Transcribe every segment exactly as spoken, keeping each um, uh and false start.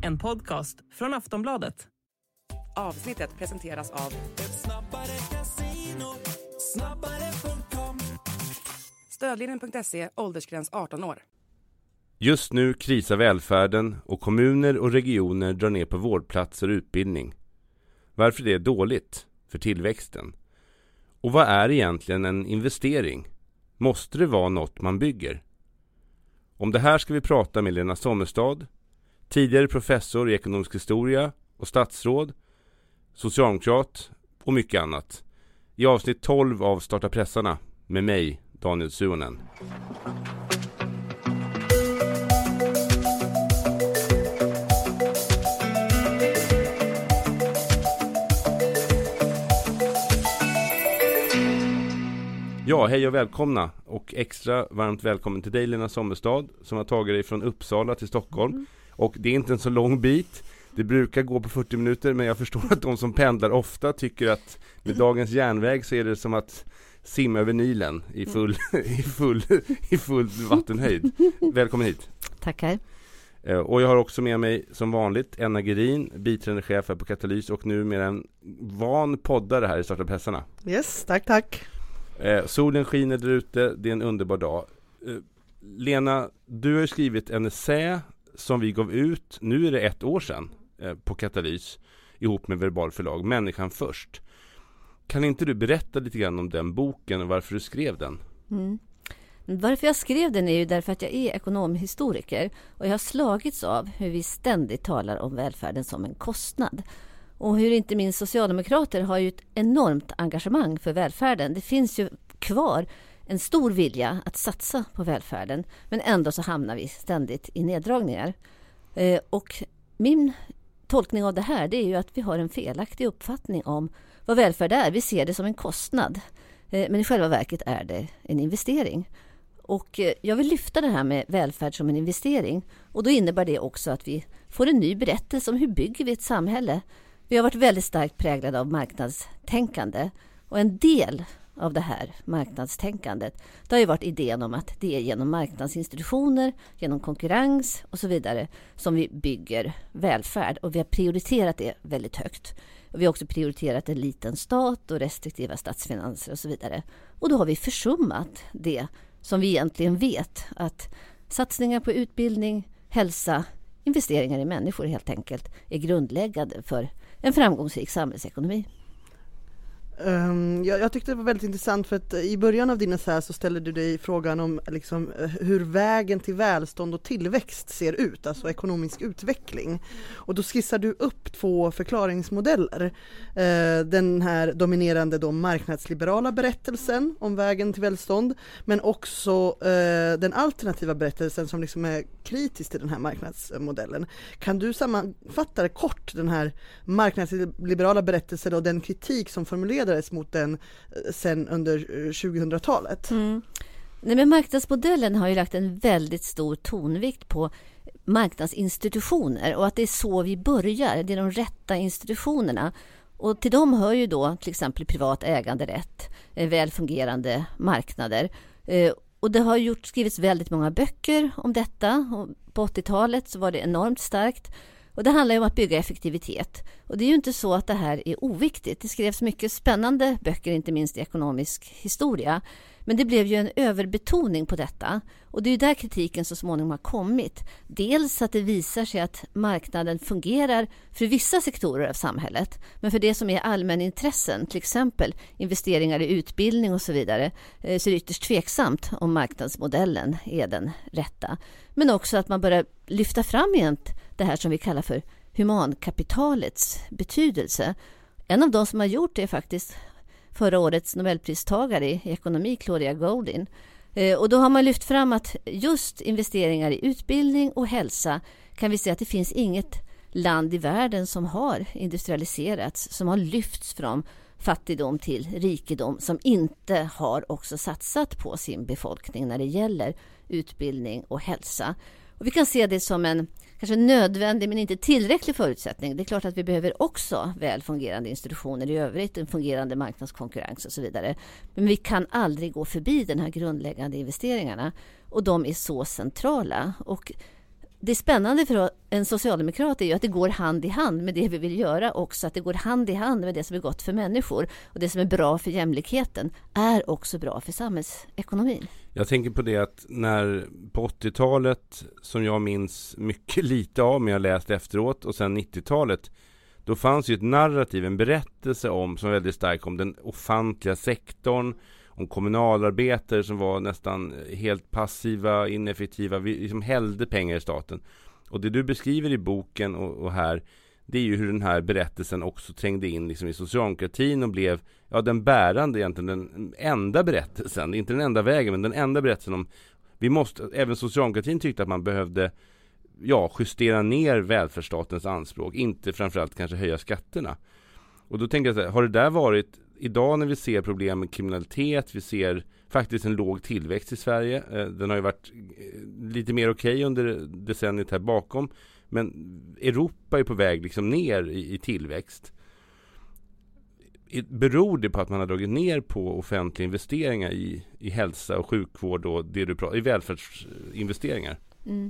En podcast från Aftonbladet. Avsnittet presenteras av Ett snabbare casino, snabbare punkt com. Stödlinjen punkt se, åldersgräns arton år. Just nu krisar välfärden och kommuner och regioner drar ner på vårdplatser och utbildning. Varför det är dåligt för tillväxten? Och vad är egentligen en investering? Måste det vara något man bygger? Om det här ska vi prata med Lena Sommerstad, tidigare professor i ekonomisk historia och statsråd, socialdemokrat och mycket annat. I avsnitt tolv av Starta pressarna med mig, Daniel Suhonen. Ja, hej och välkomna och extra varmt välkommen till dig Lena Sommerstad som har tagit dig från Uppsala till Stockholm. Mm. Och det är inte en så lång bit, det brukar gå på fyrtio minuter, men jag förstår att de som pendlar ofta tycker att med dagens järnväg så är det som att simma över Nilen i full, i full, i full vattenhöjd. Välkommen hit. Tackar. Och jag har också med mig som vanligt Enna Gerin, biträdande chef här på Katalys och nu med en van poddare här i Starta pressarna. Yes, tack, tack. Eh, solen skiner där ute, det är en underbar dag. Eh, Lena, du har ju skrivit en essä som vi gav ut, nu är det ett år sedan, eh, på Katalys ihop med Verbal förlag, Människan först. Kan inte du berätta lite grann om den boken och varför du skrev den? Mm. Varför jag skrev den är ju därför att jag är ekonomhistoriker och jag har slagits av hur vi ständigt talar om välfärden som en kostnad. Och hur inte minst socialdemokrater har ju ett enormt engagemang för välfärden. Det finns ju kvar en stor vilja att satsa på välfärden. Men ändå så hamnar vi ständigt i neddragningar. Eh, och min tolkning av det här det är ju att vi har en felaktig uppfattning om vad välfärd är. Vi ser det som en kostnad. Eh, men i själva verket är det en investering. Och eh, jag vill lyfta det här med välfärd som en investering. Och då innebär det också att vi får en ny berättelse om hur bygger vi ett samhälle. Vi har varit väldigt starkt präglade av marknadstänkande och en del av det här marknadstänkandet det har ju varit idén om att det är genom marknadsinstitutioner, genom konkurrens och så vidare som vi bygger välfärd och vi har prioriterat det väldigt högt. Och vi har också prioriterat en liten stat och restriktiva statsfinanser och så vidare. Och då har vi försummat det som vi egentligen vet att satsningar på utbildning, hälsa, investeringar i människor helt enkelt är grundläggande för en framgångsrik samhällsekonomi. Um, jag, jag tyckte det var väldigt intressant för att i början av dina så, så ställde du dig frågan om liksom, hur vägen till välstånd och tillväxt ser ut, alltså ekonomisk utveckling. Och då skissar du upp två förklaringsmodeller. Uh, den här dominerande då, marknadsliberala berättelsen om vägen till välstånd, men också uh, den alternativa berättelsen som liksom är kritisk till den här marknadsmodellen. Kan du sammanfatta kort den här marknadsliberala berättelsen och den kritik som formuleras mot den sen under tjugohundratalet? Mm. Nej, men marknadsmodellen har ju lagt en väldigt stor tonvikt på marknadsinstitutioner och att det är så vi börjar. Det är de rätta institutionerna. Och till dem hör ju då till exempel privat äganderätt, väl fungerande marknader. Och det har gjort, skrivits väldigt många böcker om detta. Och på åttiotalet så var det enormt starkt. Och det handlar ju om att bygga effektivitet. Och det är ju inte så att det här är oviktigt. Det skrevs mycket spännande böcker, inte minst i ekonomisk historia. Men det blev ju en överbetoning på detta. Och det är ju där kritiken så småningom har kommit. Dels att det visar sig att marknaden fungerar för vissa sektorer av samhället. Men för det som är allmänintressen, till exempel investeringar i utbildning och så vidare, så är det ytterst tveksamt om marknadsmodellen är den rätta. Men också att man börjar lyfta fram igen det här som vi kallar för humankapitalets betydelse. En av de som har gjort det är faktiskt förra årets Nobelpristagare i ekonomi, Claudia Goldin. Eh, och då har man lyft fram att just investeringar i utbildning och hälsa kan vi se att det finns inget land i världen som har industrialiserats, som har lyfts från fattigdom till rikedom, som inte har också satsat på sin befolkning när det gäller utbildning och hälsa. Och vi kan se det som en kanske nödvändig men inte tillräcklig förutsättning. Det är klart att vi behöver också väl fungerande institutioner i övrigt, en fungerande marknadskonkurrens och så vidare. Men vi kan aldrig gå förbi den här grundläggande investeringarna och de är så centrala. Och det spännande för en socialdemokrat är ju att det går hand i hand med det vi vill göra också. Att det går hand i hand med det som är gott för människor. Och det som är bra för jämlikheten är också bra för samhällsekonomin. Jag tänker på det att när på åttiotalet, som jag minns mycket lite av, men jag läst efteråt, och sen nittiotalet, då fanns ju ett narrativ, en berättelse om, som var väldigt stark, om den offentliga sektorn, om kommunalarbetare som var nästan helt passiva, ineffektiva, vi liksom hällde pengar i staten. Och det du beskriver i boken och, och här, det är ju hur den här berättelsen också trängde in liksom i socialdemokratin och blev ja, den bärande, egentligen den enda berättelsen, inte den enda vägen, men den enda berättelsen om, vi måste, även socialdemokratin tyckte att man behövde ja, justera ner välfärdsstatens anspråk, inte framförallt kanske höja skatterna. Och då tänker jag så här, har det där varit, idag när vi ser problem med kriminalitet, vi ser faktiskt en låg tillväxt i Sverige, den har ju varit lite mer okej okay under decenniet här bakom, men Europa är på väg liksom ner i, i tillväxt. Beror det på att man har dragit ner på offentliga investeringar i, i hälsa och sjukvård och det du pratar, i välfärdsinvesteringar? Mm.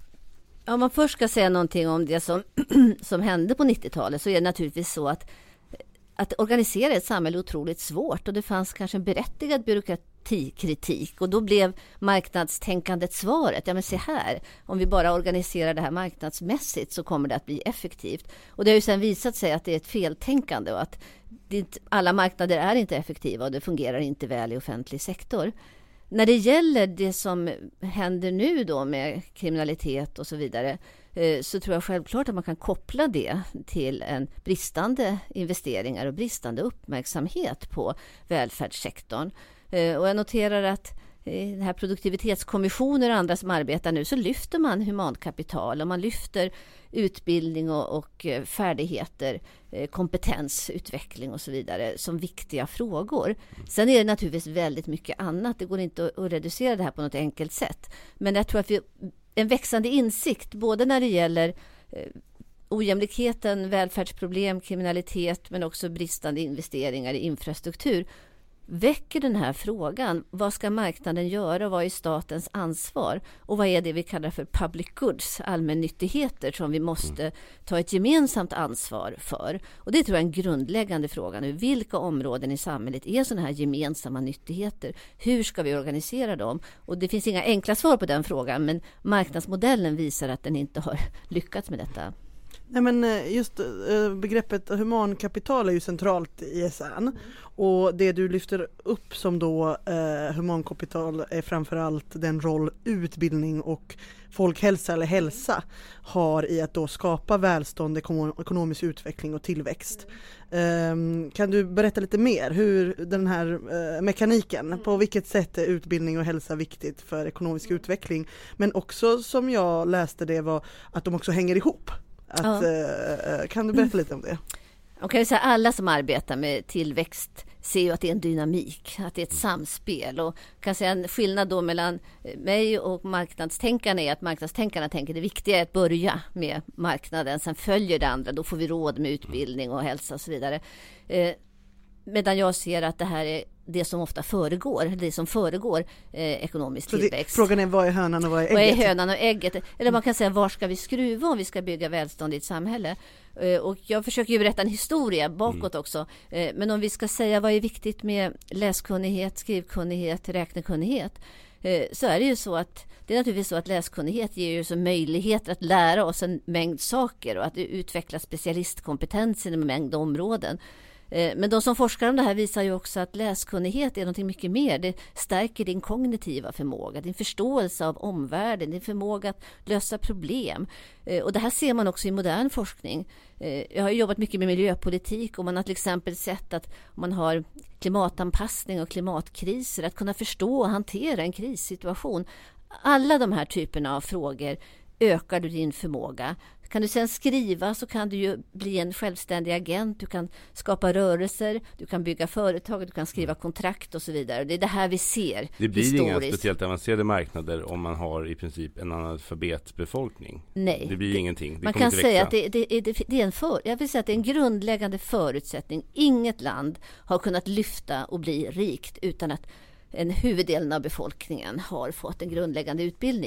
Om man först ska säga någonting om det som, som hände på nittiotalet, så är det naturligtvis så att att organisera ett samhälle är otroligt svårt, och det fanns kanske en berättigad byråkratikritik, och då blev marknadstänkandet svaret. Ja, men se här, om vi bara organiserar det här marknadsmässigt så kommer det att bli effektivt. Och det har ju sedan visat sig att det är ett feltänkande och att det inte, alla marknader är inte effektiva och det fungerar inte väl i offentlig sektor. När det gäller det som händer nu då med kriminalitet och så vidare, så tror jag självklart att man kan koppla det till en bristande investeringar och bristande uppmärksamhet på välfärdssektorn. Och jag noterar att i den här produktivitetskommissioner och andra som arbetar nu, så lyfter man humankapital och man lyfter utbildning och, och färdigheter, kompetensutveckling och så vidare som viktiga frågor. Sen är det naturligtvis väldigt mycket annat. Det går inte att, att reducera det här på något enkelt sätt. Men jag tror att vi en växande insikt både när det gäller eh, ojämlikheten, välfärdsproblem, kriminalitet, men också bristande investeringar i infrastruktur väcker den här frågan. Vad ska marknaden göra? Vad är statens ansvar? Och vad är det vi kallar för public goods, allmännyttigheter, som vi måste ta ett gemensamt ansvar för? Och det tror jag är en grundläggande fråga nu. Vilka områden i samhället är sådana här gemensamma nyttigheter? Hur ska vi organisera dem? Och det finns inga enkla svar på den frågan, men marknadsmodellen visar att den inte har lyckats med detta. Nej, men just begreppet humankapital är ju centralt i S N, och det du lyfter upp som då eh, humankapital är framförallt den roll utbildning och folkhälsa eller hälsa har i att då skapa välstånd, ekonomisk utveckling och tillväxt. Eh, kan du berätta lite mer hur den här eh, mekaniken, på vilket sätt är utbildning och hälsa viktigt för ekonomisk utveckling, men också som jag läste det var att de också hänger ihop. Att, ja. Kan du berätta lite om det? Okay, så alla som arbetar med tillväxt ser ju att det är en dynamik, att det är ett samspel, och kan säga en skillnad då mellan mig och marknadstänkarna är att marknadstänkarna tänker det viktiga är att börja med marknaden, sen följer det andra, då får vi råd med utbildning och hälsa och så vidare. Eh, medan jag ser att det här är det som ofta föregår, det som föregår eh, ekonomisk så tillväxt. Det, frågan är vad är hönan och vad är ägget? Vad är hönan och ägget? Eller man kan säga, var ska vi skruva om vi ska bygga välstånd i ett samhälle? Eh, och jag försöker ju berätta en historia bakåt mm. också. Eh, men om vi ska säga vad är viktigt med läskunnighet, skrivkunnighet, räknekunnighet, eh, så är det ju så att det är naturligtvis så att läskunnighet ger ju så möjligheter att lära oss en mängd saker och att utveckla specialistkompetens inom en mängd områden. Men de som forskar om det här visar ju också att läskunnighet är någonting mycket mer. Det stärker din kognitiva förmåga, din förståelse av omvärlden, din förmåga att lösa problem. Och det här ser man också i modern forskning. Jag har jobbat mycket med miljöpolitik, och man har till exempel sett att om man har klimatanpassning och klimatkriser, att kunna förstå och hantera en krissituation. Alla de här typerna av frågor ökar du din förmåga. Kan du sen skriva så kan du ju bli en självständig agent, du kan skapa rörelser, du kan bygga företag, du kan skriva kontrakt och så vidare. Det är det här vi ser. Det blir historiskt. Inga speciellt avancerade marknader om man har i princip en analfabetbefolkning. Nej. Det blir det, ingenting. Det man kan säga att det, det, det, det, är en för, jag vill säga att det är en grundläggande förutsättning. Inget land har kunnat lyfta och bli rikt utan att en huvuddelen av befolkningen har fått en grundläggande utbildning.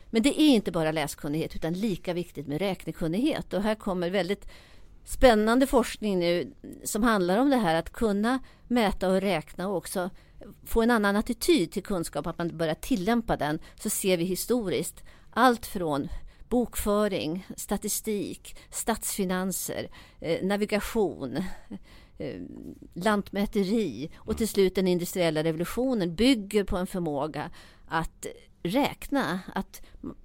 Men det är inte bara läskunnighet utan lika viktigt med räknekunnighet. Och här kommer väldigt spännande forskning nu som handlar om det här att kunna mäta och räkna och också få en annan attityd till kunskap, att man börjar tillämpa den. Så ser vi historiskt allt från bokföring, statistik, statsfinanser, eh, navigation, eh, lantmäteri och till slut den industriella revolutionen bygger på en förmåga att räkna, att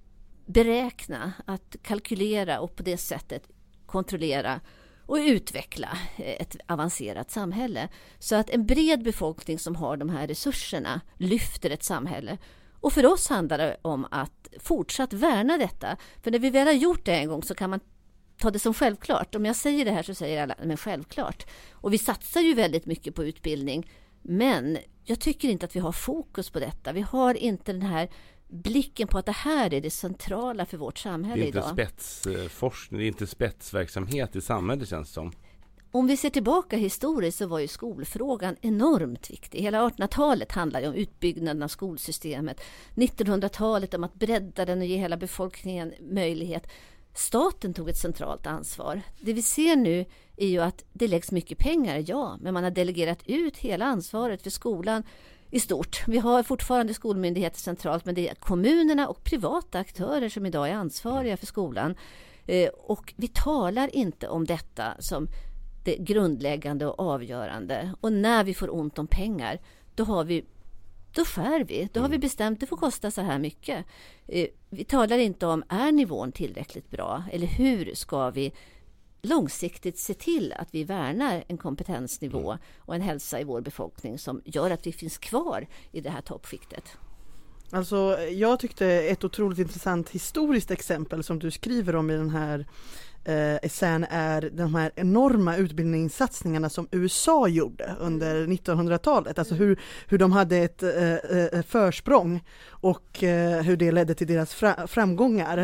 beräkna, att kalkylera och på det sättet kontrollera och utveckla ett avancerat samhälle. Så att en bred befolkning som har de här resurserna lyfter ett samhälle. Och för oss handlar det om att fortsatt värna detta. För när vi väl har gjort det en gång så kan man ta det som självklart. Om jag säger det här så säger alla, men självklart. Och vi satsar ju väldigt mycket på utbildning. Men jag tycker inte att vi har fokus på detta. Vi har inte den här blicken på att det här är det centrala för vårt samhälle idag. Det är inte spetsforskning, det är inte spetsverksamhet i samhället, känns som. Om vi ser tillbaka historiskt så var ju skolfrågan enormt viktig. Hela artonhundratalet handlade om utbyggnaden av skolsystemet. nittonhundratalet om att bredda den och ge hela befolkningen möjlighet. Staten tog ett centralt ansvar. Det vi ser nu är ju att det läggs mycket pengar, ja, men man har delegerat ut hela ansvaret för skolan i stort. Vi har fortfarande skolmyndigheter centralt, men det är kommunerna och privata aktörer som idag är ansvariga för skolan. Eh, och vi talar inte om detta som det grundläggande och avgörande. Och när vi får ont om pengar, då har vi då skär vi. Då har vi bestämt att det får kosta så här mycket. Eh, vi talar inte om, är nivån tillräckligt bra? Eller hur ska vi långsiktigt se till att vi värnar en kompetensnivå och en hälsa i vår befolkning som gör att vi finns kvar i det här toppskiktet? Alltså, jag tyckte ett otroligt intressant historiskt exempel som du skriver om i den här eh, essän är de här enorma utbildningssatsningarna som U S A gjorde under nittonhundratalet. Alltså hur, hur de hade ett eh, försprång och eh, hur det ledde till deras fra- framgångar.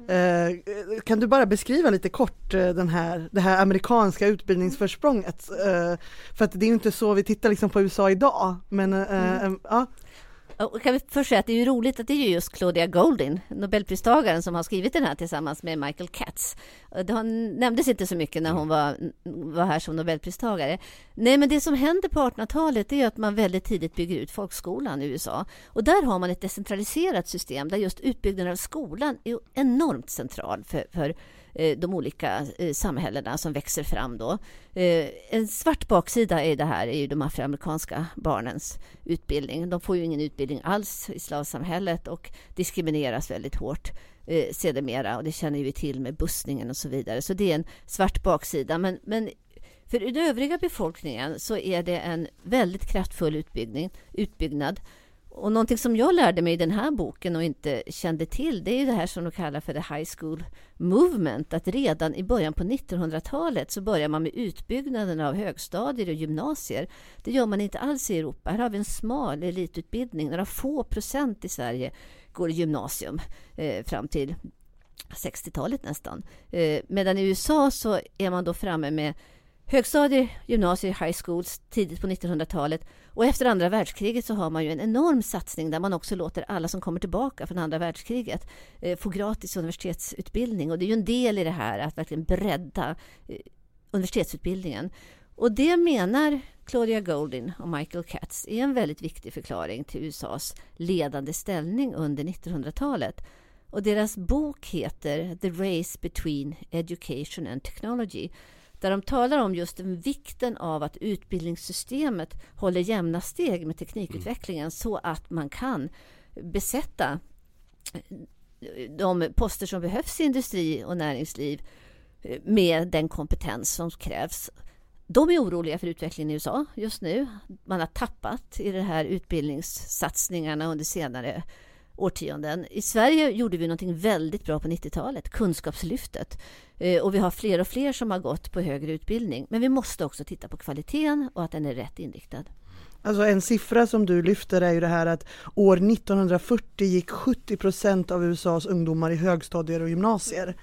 Eh, kan du bara beskriva lite kort eh, den här, det här amerikanska utbildningsförsprånget? Eh, för att det är ju inte så vi tittar liksom på U S A idag. Men eh, mm. ja. Och kan vi först säga att det är ju roligt att det är just Claudia Goldin, Nobelpristagaren, som har skrivit den här tillsammans med Michael Katz. Det nämndes inte så mycket när hon var, var här som Nobelpristagare. Nej, men det som händer på artonhundratalet är att man väldigt tidigt bygger ut folkskolan i U S A. Och där har man ett decentraliserat system där just utbyggnaden av skolan är enormt central för, för de olika eh, samhällena som växer fram då. Eh, en svart baksida i det här är ju de afroamerikanska barnens utbildning. De får ju ingen utbildning alls i slavsamhället och diskrimineras väldigt hårt eh, sedermera, och det känner vi till med bussningen och så vidare. Så det är en svart baksida. Men, men för den övriga befolkningen så är det en väldigt kraftfull utbyggnad. utbyggnad. Och någonting som jag lärde mig i den här boken och inte kände till, det är ju det här som de kallar för the high school movement. Att redan i början på nittonhundratalet så börjar man med utbyggnaden av högstadier och gymnasier. Det gör man inte alls i Europa. Här har vi en smal elitutbildning. Några få procent i Sverige går i gymnasium eh, fram till sextiotalet nästan. Eh, medan i U S A så är man då framme med högstadier, gymnasier, high schools tidigt på nittonhundratalet, och efter andra världskriget så har man ju en enorm satsning där man också låter alla som kommer tillbaka från andra världskriget eh, få gratis universitetsutbildning, och det är ju en del i det här att verkligen bredda eh, universitetsutbildningen. Och det menar Claudia Goldin och Michael Katz är en väldigt viktig förklaring till U S A:s ledande ställning under nittonhundratalet. Och deras bok heter The Race Between Education and Technology, där de talar om just den vikten av att utbildningssystemet håller jämna steg med teknikutvecklingen, så att man kan besätta de poster som behövs i industri och näringsliv med den kompetens som krävs. De är oroliga för utvecklingen i U S A just nu. Man har tappat i de här utbildningssatsningarna under senare årtionden. I Sverige gjorde vi någonting väldigt bra på nittiotalet, kunskapslyftet. Eh, och vi har fler och fler som har gått på högre utbildning. Men vi måste också titta på kvaliteten och att den är rätt inriktad. Alltså en siffra som du lyfter är ju det här att år nittonhundrafyrtio gick sjuttio procent av U S A:s ungdomar i högstadier och gymnasier.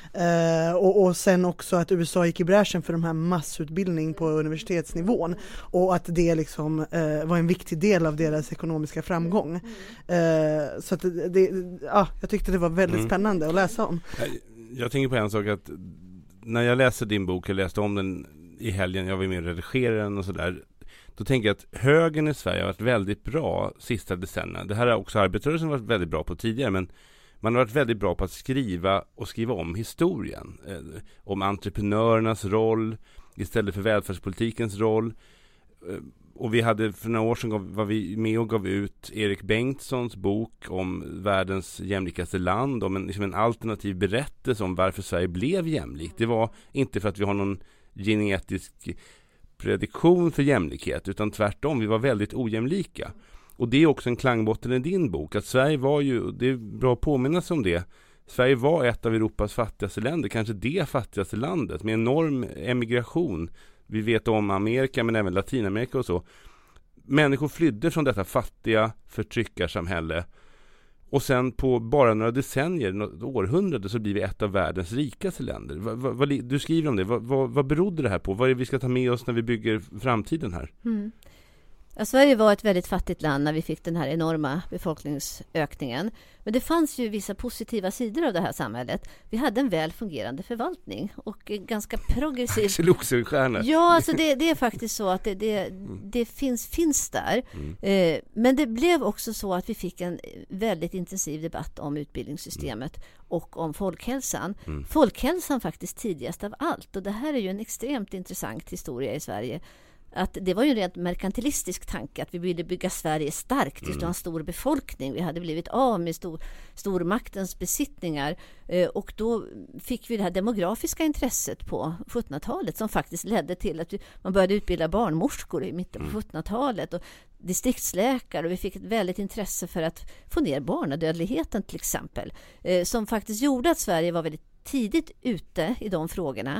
Mm. Eh, och, och sen också att U S A gick i bräschen för de här massutbildning på universitetsnivån. Och att det liksom eh, var en viktig del av deras ekonomiska framgång. Mm. Eh, så att det, det, ja, jag tyckte det var väldigt mm. spännande att läsa om. Jag, jag tänker på en sak att när jag läste din bok, jag läste om den i helgen, jag var med och redigerade den och sådär. Då tänker jag att högern i Sverige har varit väldigt bra sista decennierna. Det här har också arbetarrörelsen varit väldigt bra på tidigare, men man har varit väldigt bra på att skriva och skriva om historien. Eh, om entreprenörernas roll istället för välfärdspolitikens roll. Eh, och vi hade för några år sedan gav, var vi med och gav ut Erik Bengtssons bok om världens jämlikaste land, om en, liksom en alternativ berättelse om varför Sverige blev jämlikt. Det var inte för att vi har någon genetisk prediktion för jämlikhet, utan tvärtom, vi var väldigt ojämlika. Och det är också en klangbotten i din bok, att Sverige var ju, det är bra att påminna sig om det, Sverige var ett av Europas fattigaste länder, kanske det fattigaste landet, med enorm emigration. Vi vet om Amerika, men även Latinamerika och så. Människor flydde från detta fattiga förtryckarsamhälle. Och sen på bara några decennier, något århundrade, så blir vi ett av världens rikaste länder. Va, va, va, du skriver om det. Va, va, vad berodde det här på? Vad är det vi ska ta med oss när vi bygger framtiden här? Mm. Ja, Sverige var ett väldigt fattigt land när vi fick den här enorma befolkningsökningen. Men det fanns ju vissa positiva sidor av det här samhället. Vi hade en väl fungerande förvaltning och ganska progressiv. Axel Oxenstierna. Ja, alltså det, det är faktiskt så att det, det, det finns, finns där. Mm. Eh, men det blev också så att vi fick en väldigt intensiv debatt om utbildningssystemet mm. och om folkhälsan. Mm. Folkhälsan faktiskt tidigast av allt. Och det här är ju en extremt intressant historia i Sverige. Att det var ju en rent merkantilistisk tanke att vi ville bygga Sverige starkt. Vi skulle ha en stor befolkning. Vi hade blivit av med stor, stormaktens besittningar. Eh, och då fick vi det här demografiska intresset på sjuttonhundratalet som faktiskt ledde till att vi, man började utbilda barnmorskor i mitten på sjuttonhundratalet och distriktsläkare. Och vi fick ett väldigt intresse för att få ner barnadödligheten till exempel. Eh, som faktiskt gjorde att Sverige var väldigt tidigt ute i de frågorna.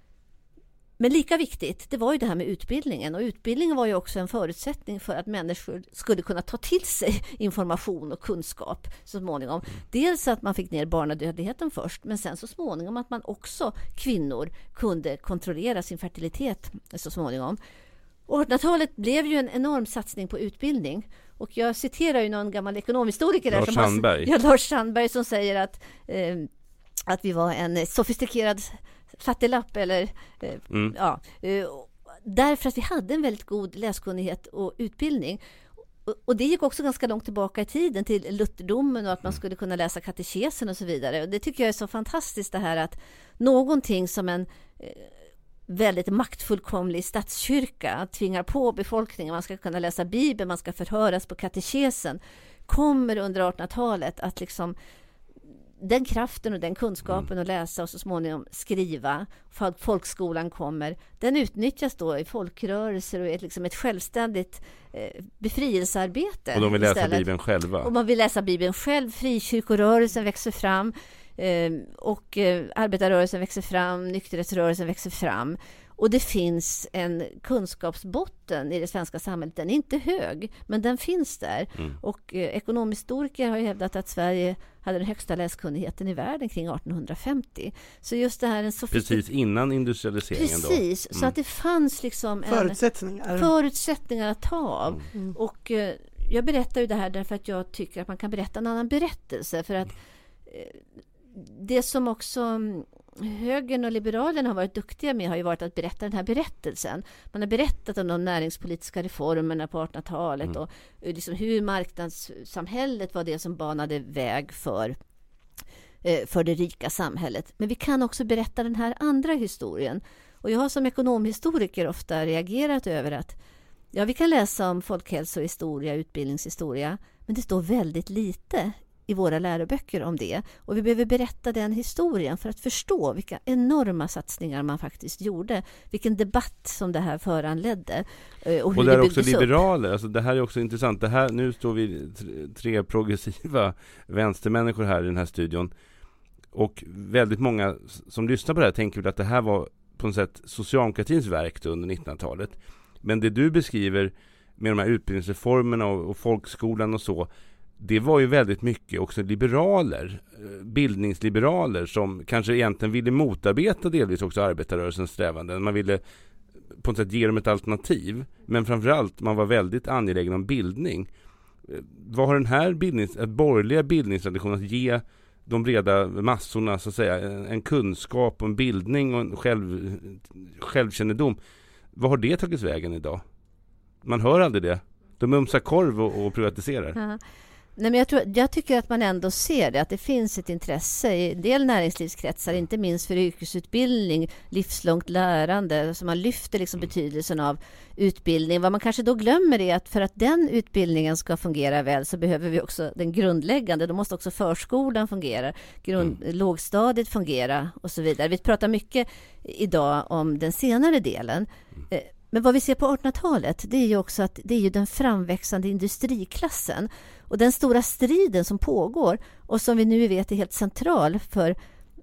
Men lika viktigt, det var ju det här med utbildningen. Och utbildningen var ju också en förutsättning för att människor skulle kunna ta till sig information och kunskap så småningom. Dels att man fick ner barnadödligheten först, men sen så småningom att man också, kvinnor, kunde kontrollera sin fertilitet så småningom. artonhundratalet blev ju en enorm satsning på utbildning. Och jag citerar ju någon gammal ekonomhistoriker där, Lars som Sandberg. Har, ja, Lars Sandberg som säger att, eh, att vi var en sofistikerad fattiglapp eller eh, mm. ja, eh, därför att vi hade en väldigt god läskunnighet och utbildning. Och, och det gick också ganska långt tillbaka i tiden till lutherdomen och att man skulle kunna läsa katekesen och så vidare. Och det tycker jag är så fantastiskt, det här att någonting som en eh, väldigt maktfullkomlig statskyrka tvingar på befolkningen, man ska kunna läsa Bibeln, man ska förhöras på katekesen, kommer under artonhundratalet att liksom den kraften och den kunskapen att läsa och så småningom skriva, folkskolan kommer, den utnyttjas då i folkrörelser och är liksom ett självständigt eh, befrielsearbete. Och de vill läsa istället. Bibeln själva. Och man vill läsa Bibeln själv, frikyrkorörelsen växer fram eh, och eh, arbetarrörelsen växer fram, nykterhetsrörelsen växer fram. Och det finns en kunskapsbotten i det svenska samhället. Den är inte hög, men den finns där. Mm. Och eh, ekonomhistoriker har ju hävdat att Sverige hade den högsta läskunnigheten i världen kring artonhundrafemtio. Så just det här en sofistik- Precis innan industrialiseringen. Precis, då. Mm. Så att det fanns liksom förutsättningar. En, förutsättningar att ta av. Mm. Och eh, jag berättar ju det här därför att jag tycker att man kan berätta en annan berättelse. För att eh, det som också högern och liberalerna har varit duktiga med har ju varit att berätta den här berättelsen. Man har berättat om de näringspolitiska reformerna på artonhundratalet mm. och liksom hur marknadssamhället var det som banade väg för, för det rika samhället. Men vi kan också berätta den här andra historien. Och jag har som ekonomhistoriker ofta reagerat över att ja, vi kan läsa om folkhälsohistoria, utbildningshistoria, men det står väldigt lite i våra läroböcker om det. Och vi behöver berätta den historien för att förstå vilka enorma satsningar man faktiskt gjorde. Vilken debatt som det här föranledde. Och, hur och det är det också liberaler. Alltså det här är också intressant. Det här, nu står vi tre progressiva vänstermänniskor här i den här studion. Och väldigt många som lyssnar på det här tänker väl att det här var på något sätt socialdemokratins verk under nittonhundratalet. Men det du beskriver med de här utbildningsreformerna och, och folkskolan och så, det var ju väldigt mycket också liberaler, bildningsliberaler som kanske egentligen ville motarbeta delvis också arbetarrörelsens strävanden. Man ville på något sätt ge dem ett alternativ, men framförallt man var väldigt angelägen om bildning. Vad har den här bildnings, borgerliga bildningstraditionen att ge de breda massorna så att säga, en kunskap och en bildning och en själv, självkännedom? Vad har det tagit vägen idag? Man hör aldrig det. De mumsar korv och, och privatiserar. Ja. Nej, men jag, tror, jag tycker att man ändå ser det, att det finns ett intresse i en del näringslivskretsar, inte minst för yrkesutbildning, livslångt lärande, så man lyfter liksom betydelsen av utbildning. Vad man kanske då glömmer är att för att den utbildningen ska fungera väl så behöver vi också den grundläggande, då måste också förskolan fungera, grund, mm. lågstadiet fungera och så vidare. Vi pratar mycket idag om den senare delen. Mm. Men vad vi ser på artonhundratalet, det är ju också att det är ju den framväxande industriklassen. Och den stora striden som pågår och som vi nu vet är helt central för,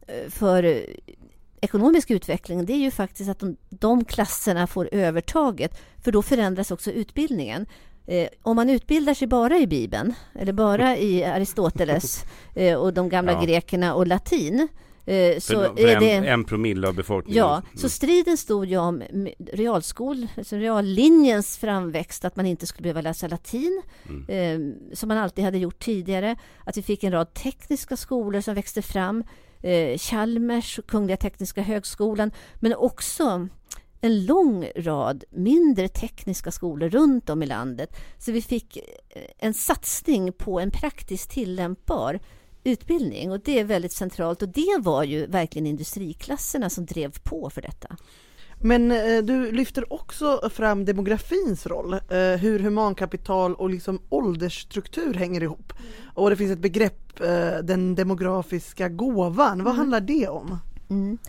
för ekonomisk utveckling, det är ju faktiskt att de, de klasserna får övertaget, för då förändras också utbildningen. Eh, om man utbildar sig bara i Bibeln eller bara i Aristoteles eh, och de gamla ja. grekerna och latin, Eh, så för, för är en, det, en promille av befolkningen. Ja, så striden stod ju om realskol, alltså reallinjens framväxt, att man inte skulle behöva läsa latin mm. eh, som man alltid hade gjort tidigare, att vi fick en rad tekniska skolor som växte fram, eh, Chalmers och Kungliga Tekniska högskolan, men också en lång rad mindre tekniska skolor runt om i landet. Så vi fick en satsning på en praktiskt tillämpbar utbildning, och det är väldigt centralt, och det var ju verkligen industriklasserna som drev på för detta. Men eh, du lyfter också fram demografins roll, eh, hur humankapital och liksom åldersstruktur hänger ihop. Och det finns ett begrepp, eh, den demografiska gåvan. Vad mm. handlar det om? Mm.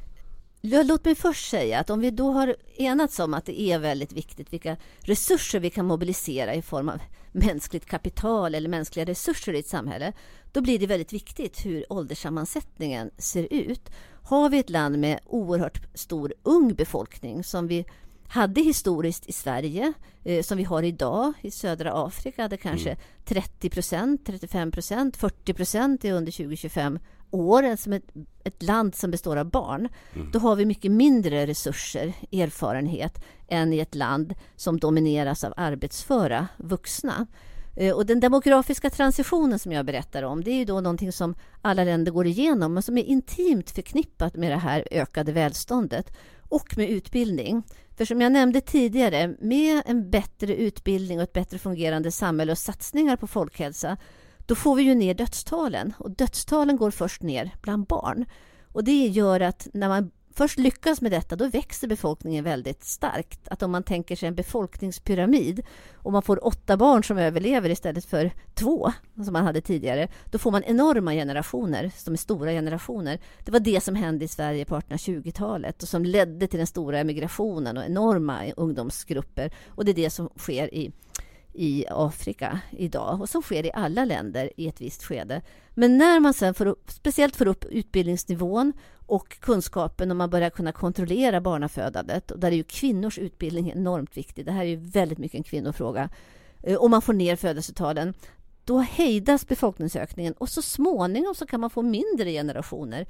Låt mig först säga att om vi då har enats om att det är väldigt viktigt vilka resurser vi kan mobilisera i form av mänskligt kapital eller mänskliga resurser i ett samhälle, då blir det väldigt viktigt hur ålderssammansättningen ser ut. Har vi ett land med oerhört stor ung befolkning som vi hade historiskt i Sverige, eh, som vi har idag i södra Afrika, där kanske mm. trettio procent, trettiofem procent, fyrtio procent är under tjugo till tjugofem år, som ett, ett land som består av barn, mm. då har vi mycket mindre resurser, erfarenhet, än i ett land som domineras av arbetsföra vuxna. Och den demografiska transitionen som jag berättar om, det är ju då någonting som alla länder går igenom, men som är intimt förknippat med det här ökade välståndet och med utbildning. För som jag nämnde tidigare, med en bättre utbildning och ett bättre fungerande samhälle och satsningar på folkhälsa, då får vi ju ner dödstalen. Och dödstalen går först ner bland barn. Och det gör att när man först lyckas med detta, då växer befolkningen väldigt starkt. Att om man tänker sig en befolkningspyramid och man får åtta barn som överlever istället för två som man hade tidigare, då får man enorma generationer som är stora generationer. Det var det som hände i Sverige på artonhundratjugotalet och som ledde till den stora emigrationen och enorma ungdomsgrupper. Och det är det som sker i i Afrika idag och som sker i alla länder i ett visst skede. Men när man sen får upp, speciellt får upp utbildningsnivån och kunskapen, och man börjar kunna kontrollera barnafödandet, och där är ju kvinnors utbildning enormt viktig. Det här är ju väldigt mycket en kvinnofråga. Och man får ner födelsetalen, då hejdas befolkningsökningen, och så småningom så kan man få mindre generationer.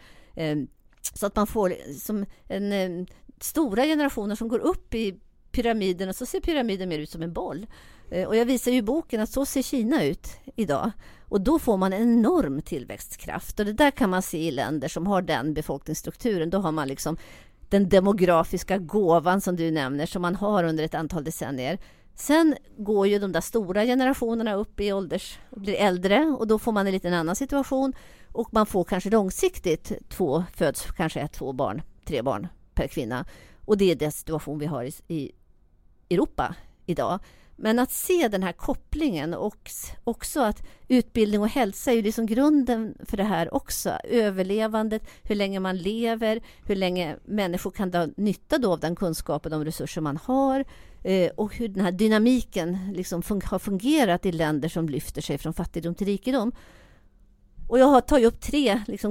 Så att man får som en, stora generationer som går upp i pyramiden, och så ser pyramiden mer ut som en boll. Och jag visar ju i boken att så ser Kina ut idag. Och då får man en enorm tillväxtkraft. Och det där kan man se i länder som har den befolkningsstrukturen. Då har man liksom den demografiska gåvan som du nämner, som man har under ett antal decennier. Sen går ju de där stora generationerna upp i ålders och blir äldre, och då får man en liten annan situation. Och man får kanske långsiktigt två, föds kanske ett, två barn, tre barn per kvinna. Och det är den situation vi har i, i Europa idag. Men att se den här kopplingen, och också att utbildning och hälsa är ju liksom grunden för det här också. Överlevandet, hur länge man lever, hur länge människor kan dra nytta då av den kunskapen och de resurser man har, eh, och hur den här dynamiken liksom fun- har fungerat i länder som lyfter sig från fattigdom till rikedom. Och jag har tagit upp tre liksom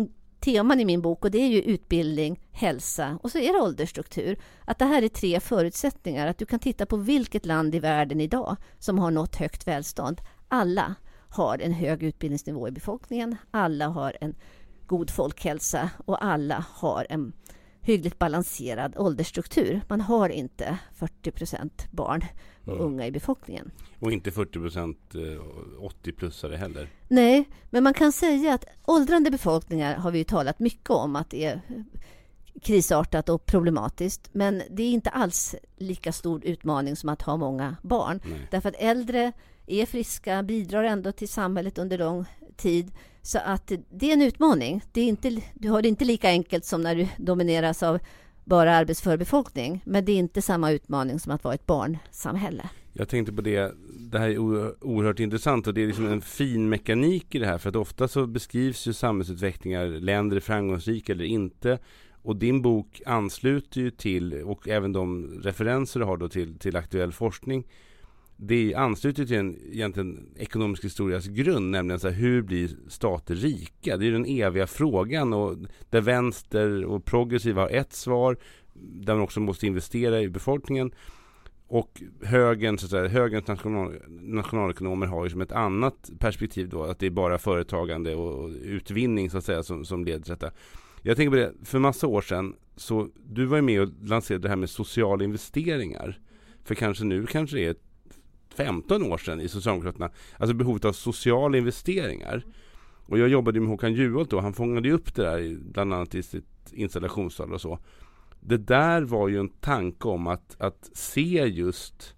teman i min bok och det är ju utbildning, hälsa och så är det åldersstruktur. Att det här är tre förutsättningar. Att du kan titta på vilket land i världen idag som har nått högt välstånd. Alla har en hög utbildningsnivå i befolkningen. Alla har en god folkhälsa och alla har en hyggligt balanserad åldersstruktur. Man har inte fyrtio procent barn och mm. unga i befolkningen. Och inte fyrtio procent åttio-plussare heller. Nej, men man kan säga att åldrande befolkningar har vi ju talat mycket om att det är krisartat och problematiskt. Men det är inte alls lika stor utmaning som att ha många barn. Nej. Därför att äldre är friska, bidrar ändå till samhället under lång tid. Så att det är en utmaning. Det är inte, du har det inte lika enkelt som när du domineras av bara arbetsför befolkning. Men det är inte samma utmaning som att vara ett barnsamhälle. Jag tänkte på det, det här är oerhört intressant och det är liksom en fin mekanik i det här. För att ofta så beskrivs ju samhällsutvecklingar, länder är framgångsrika eller inte. Och din bok ansluter ju till, och även de referenser du har då till, till aktuell forskning, det ansluter till en egentligen ekonomisk historias grund, nämligen så här, hur blir stater rika? Det är den eviga frågan, och där vänster och progressiva har ett svar, där man också måste investera i befolkningen, och högern, så att säga, högerns national, nationalekonomer har ju som ett annat perspektiv då, att det är bara företagande och utvinning så att säga som, som leder till detta. Jag tänker på det, för massa år sedan så du var ju med och lanserade det här med sociala investeringar, för kanske nu kanske det är femton år sedan i Socialdemokraterna, alltså behovet av sociala investeringar. Och jag jobbade med Håkan Juholt då, han fångade ju upp det där bland annat i sitt installationssal och så. Det där var ju en tanke om att, att se just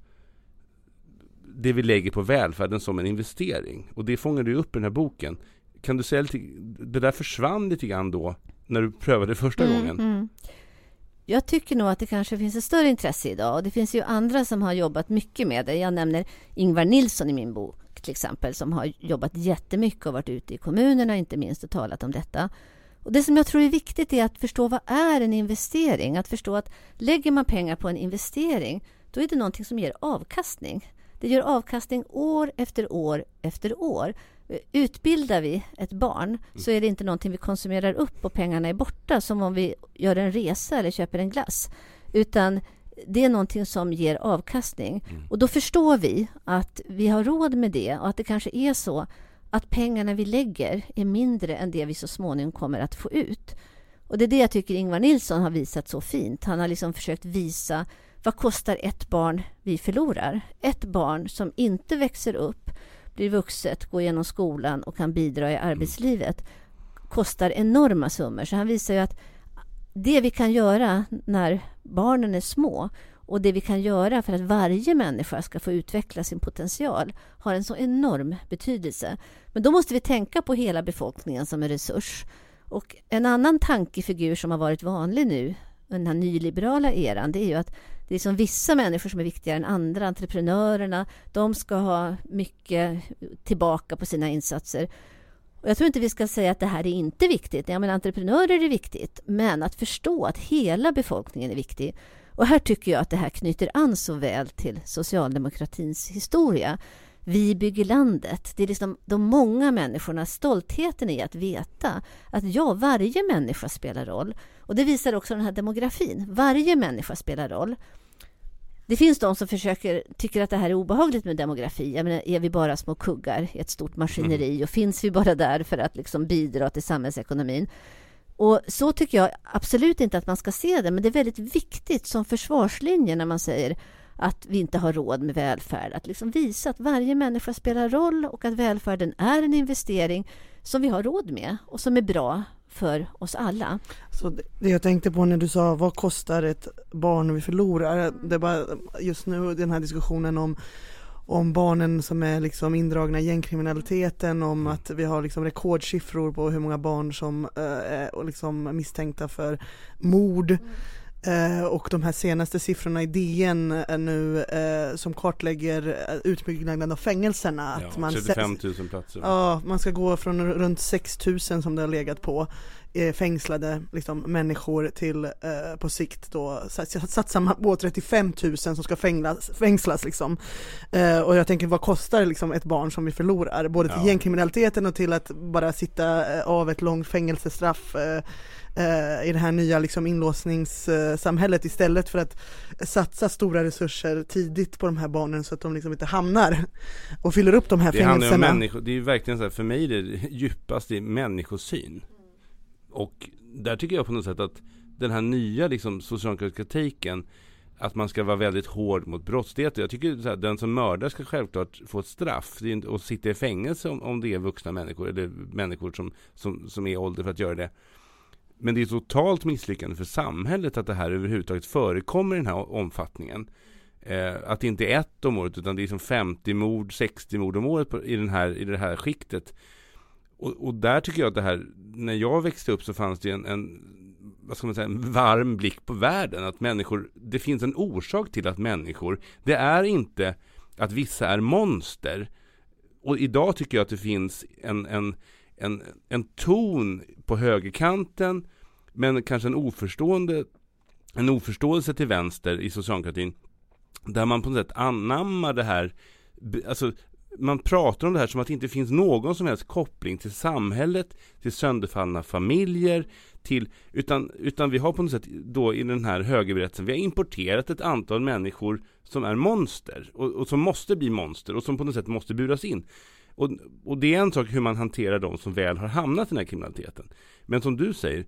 det vi lägger på välfärden som en investering. Och det fångade ju upp i den här boken. Kan du säga lite, det där försvann lite grann då när du prövade första mm, gången? Mm. Jag tycker nog att det kanske finns ett större intresse idag. Och det finns ju andra som har jobbat mycket med det. Jag nämner Ingvar Nilsson i min bok till exempel, som har jobbat jättemycket och varit ute i kommunerna inte minst och talat om detta. Och det som jag tror är viktigt är att förstå vad är en investering. Att förstå att lägger man pengar på en investering, då är det någonting som ger avkastning. Det ger avkastning år efter år efter år. Utbildar vi ett barn så är det inte någonting vi konsumerar upp och pengarna är borta som om vi gör en resa eller köper en glass. Utan det är någonting som ger avkastning. Mm. Och då förstår vi att vi har råd med det och att det kanske är så att pengarna vi lägger är mindre än det vi så småningom kommer att få ut. Och det är det jag tycker Ingvar Nilsson har visat så fint. Han har liksom försökt visa vad kostar ett barn vi förlorar. Ett barn som inte växer upp, blir vuxet, går igenom skolan och kan bidra i arbetslivet kostar enorma summor. Så han visar ju att det vi kan göra när barnen är små och det vi kan göra för att varje människa ska få utveckla sin potential har en så enorm betydelse. Men då måste vi tänka på hela befolkningen som en resurs. Och en annan tankefigur som har varit vanlig nu, den här nyliberala eran, det är ju att det är som vissa människor som är viktigare än andra. Entreprenörerna, de ska ha mycket tillbaka på sina insatser. Och jag tror inte vi ska säga att det här är inte viktigt. Jag menar, entreprenörer är viktigt, men att förstå att hela befolkningen är viktig. Och här tycker jag att det här knyter an så väl till socialdemokratins historia. Vi bygger landet. Det är liksom de många människornas stoltheten i att veta att ja, varje människa spelar roll. Och det visar också den här demografin. Varje människa spelar roll. Det finns de som försöker, tycker att det här är obehagligt med demografi. Jag menar, är vi bara små kuggar i ett stort maskineri och finns vi bara där för att liksom bidra till samhällsekonomin? Och så tycker jag absolut inte att man ska se det, men det är väldigt viktigt som försvarslinje när man säger att vi inte har råd med välfärd. Att liksom visa att varje människa spelar roll och att välfärden är en investering som vi har råd med och som är bra för oss alla. Så det jag tänkte på när du sa vad kostar ett barn vi förlorar, det var just nu den här diskussionen om om barnen som är liksom indragna i gängkriminaliteten, om att vi har liksom rekordsiffror på hur många barn som äh, är liksom misstänkta för mord. Mm. Uh, och de här senaste siffrorna i D N uh, nu uh, som kartlägger uh, utbyggnaden av fängelserna. Ja, att man trettiofem tusen platser. Ja, uh, man ska gå från runt sex tusen som det har legat på eh, fängslade liksom, människor till eh, på sikt då satsar man på trettiofem tusen som ska fängslas, fängslas liksom. Eh, och jag tänker, vad kostar liksom, ett barn som vi förlorar? Både till ja. gängkriminaliteten och till att bara sitta eh, av ett långt fängelsestraff eh, i det här nya liksom inlåsningssamhället istället för att satsa stora resurser tidigt på de här barnen så att de liksom inte hamnar och fyller upp de här det fängelserna. Människo, det är verkligen så här, för mig det djupaste är människosyn. Och där tycker jag på något sätt att den här nya liksom socialdemokratiska kritiken att man ska vara väldigt hård mot brottslighet. Jag tycker så här, den som mördar ska självklart få ett straff och sitta i fängelse om, om det är vuxna människor eller människor som, som, som är ålder för att göra det. Men det är totalt misslyckande för samhället att det här överhuvudtaget förekommer i den här omfattningen. Eh, att det inte är ett om året utan det är som femtio mord, sextio mord om året på, i, den här, i det här skiktet. Och, och där tycker jag att det här, när jag växte upp så fanns det en, en, vad ska man säga, en varm blick på världen. Att människor, det finns en orsak till att människor, det är inte att vissa är monster. Och idag tycker jag att det finns en... en En, en ton på högerkanten men kanske en oförstående en oförståelse till vänster i socialdemokratin där man på något sätt anammar det här, alltså man pratar om det här som att det inte finns någon som helst koppling till samhället, till sönderfallna familjer, till, utan, utan vi har på något sätt då i den här högerberättelsen, vi har importerat ett antal människor som är monster och, och som måste bli monster och som på något sätt måste buras in. Och, och det är en sak hur man hanterar de som väl har hamnat i den här kriminaliteten. Men som du säger,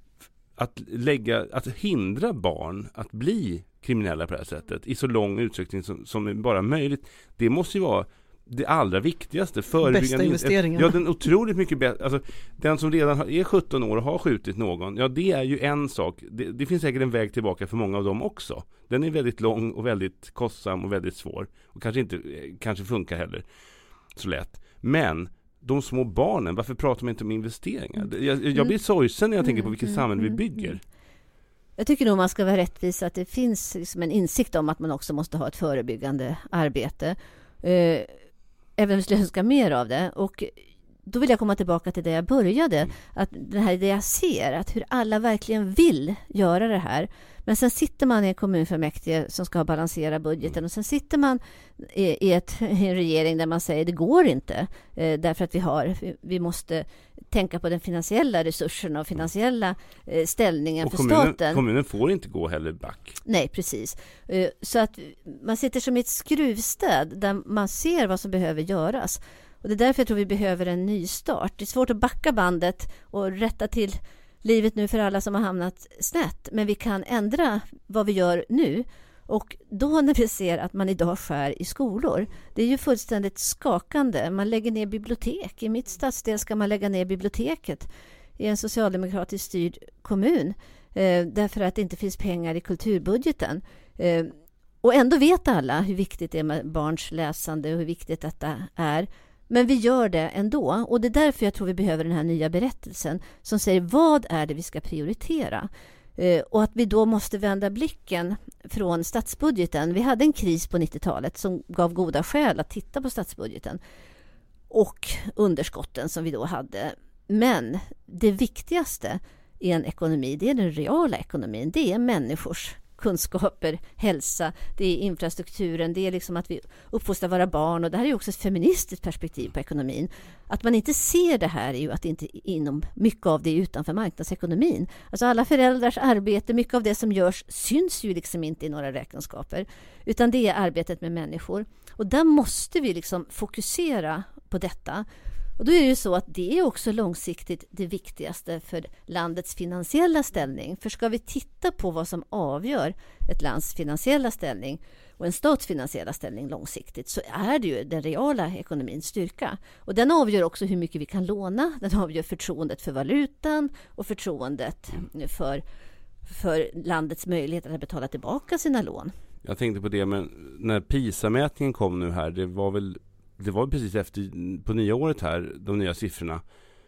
att, lägga, att hindra barn att bli kriminella på det här sättet i så lång utsträckning som, som bara möjligt, det måste ju vara det allra viktigaste. Bästa investeringen. Ja, den otroligt mycket bättre. Alltså, den som redan är sjutton år och har skjutit någon, ja det är ju en sak. Det, det finns säkert en väg tillbaka för många av dem också. Den är väldigt lång och väldigt kostsam och väldigt svår. Och kanske inte kanske funkar heller så lätt. Men de små barnen, varför pratar man inte om investeringar? Jag, jag blir sorgsen när jag tänker på vilket samhälle vi bygger. Jag tycker nog man ska vara rättvis att det finns liksom en insikt om att man också måste ha ett förebyggande arbete. Eh, även om vi skulle önska mer av det. Och då vill jag komma tillbaka till det jag började. Att det här är det jag ser, att hur alla verkligen vill göra det här. Men sen sitter man i en kommunfullmäktige som ska balansera budgeten och sen sitter man i, i, ett, i en regering där man säger det går inte eh, därför att vi har, vi måste tänka på den finansiella resursen och finansiella eh, ställningen och för kommunen, staten. Kommunen får inte gå heller back. Nej, precis. Eh, så att man sitter som i ett skruvstäd där man ser vad som behöver göras. Och det är därför jag tror vi behöver en ny start. Det är svårt att backa bandet och rätta till livet nu för alla som har hamnat snett. Men vi kan ändra vad vi gör nu. Och då när vi ser att man idag skär i skolor. Det är ju fullständigt skakande. Man lägger ner bibliotek. I mitt stadsdel ska man lägga ner biblioteket i en socialdemokratiskt styrd kommun. Eh, därför att det inte finns pengar i kulturbudgeten. Eh, och ändå vet alla hur viktigt det är med barns läsande och hur viktigt detta är. Men vi gör det ändå och det är därför jag tror vi behöver den här nya berättelsen som säger vad är det vi ska prioritera eh, och att vi då måste vända blicken från statsbudgeten. Vi hade en kris på nittiotalet som gav goda skäl att titta på statsbudgeten och underskotten som vi då hade. Men det viktigaste i en ekonomi, det är den reala ekonomin, det är människors kunskaper, hälsa, det är infrastrukturen, det är liksom att vi uppfostrar våra barn och det här är ju också ett feministiskt perspektiv på ekonomin. Att man inte ser det här är ju att inte inom mycket av det är utanför marknadsekonomin. Alltså alla föräldrars arbete, mycket av det som görs syns ju liksom inte i några räkenskaper utan det är arbetet med människor och där måste vi liksom fokusera på detta. Och då är det ju så att det är också långsiktigt det viktigaste för landets finansiella ställning. För ska vi titta på vad som avgör ett lands finansiella ställning och en stats finansiella ställning långsiktigt så är det ju den reala ekonomins styrka. Och den avgör också hur mycket vi kan låna. Den avgör förtroendet för valutan och förtroendet för, för landets möjlighet att betala tillbaka sina lån. Jag tänkte på det, men när PISA-mätningen kom nu här, det var väl Det var precis efter på nya året här, de nya siffrorna.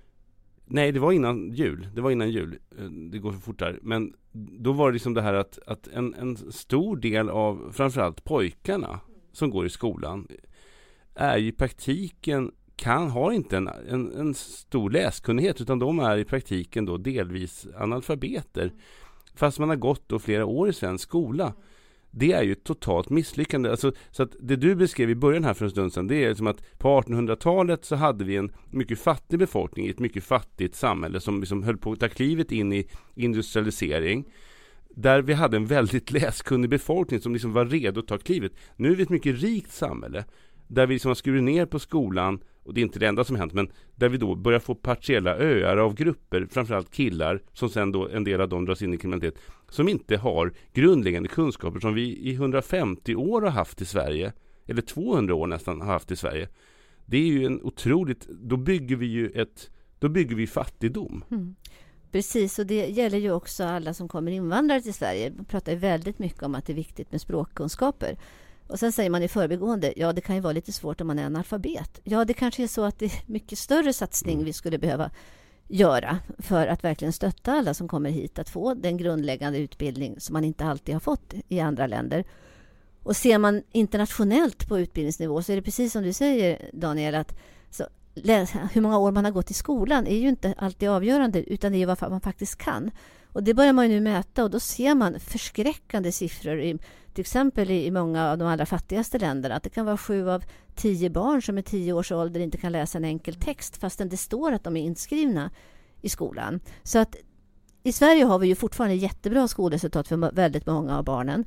Nej, det var innan jul. Det var innan jul. Det går så fort här. Men då var det liksom det här att, att en, en stor del av framförallt pojkarna som går i skolan är i praktiken kan, har inte en, en, en stor läskunnighet, utan de är i praktiken då delvis analfabeter. Fast man har gått då flera år i svensk skola. Det är ju ett totalt misslyckande. Alltså, så att det du beskrev i början här för en stund sedan, det är som att på artonhundratalet så hade vi en mycket fattig befolkning i ett mycket fattigt samhälle som liksom höll på att ta klivet in i industrialisering. Där vi hade en väldigt läskunnig befolkning som liksom var redo att ta klivet. Nu är vi ett mycket rikt samhälle där vi liksom har skurit ner på skolan, och det är inte det enda som hänt, men där vi då börjar få partiella öar av grupper, framförallt killar, som sen då en del av dem dras in i kriminalitet, som inte har grundläggande kunskaper som vi i hundrafemtio år har haft i Sverige, eller tvåhundra år nästan har haft i Sverige. Det är ju en otroligt, då bygger vi ju ett, då bygger vi fattigdom. Mm. Precis, och det gäller ju också alla som kommer invandrare till Sverige. Man pratar ju väldigt mycket om att det är viktigt med språkkunskaper. Och sen säger man i förbigående, ja det kan ju vara lite svårt om man är analfabet. Ja, det kanske är så att det är mycket större satsning mm. vi skulle behöva göra för att verkligen stötta alla som kommer hit att få den grundläggande utbildning som man inte alltid har fått i andra länder. Och ser man internationellt på utbildningsnivå så är det precis som du säger, Daniel, att så, hur många år man har gått i skolan är ju inte alltid avgörande, utan det är vad man faktiskt kan. Och det börjar man ju nu mäta, och då ser man förskräckande siffror i, till exempel i många av de allra fattigaste länderna, att det kan vara sju av tio barn som är tio års ålder inte kan läsa en enkel text fastän det står att de är inskrivna i skolan. Så att i Sverige har vi ju fortfarande jättebra skolresultat för väldigt många av barnen.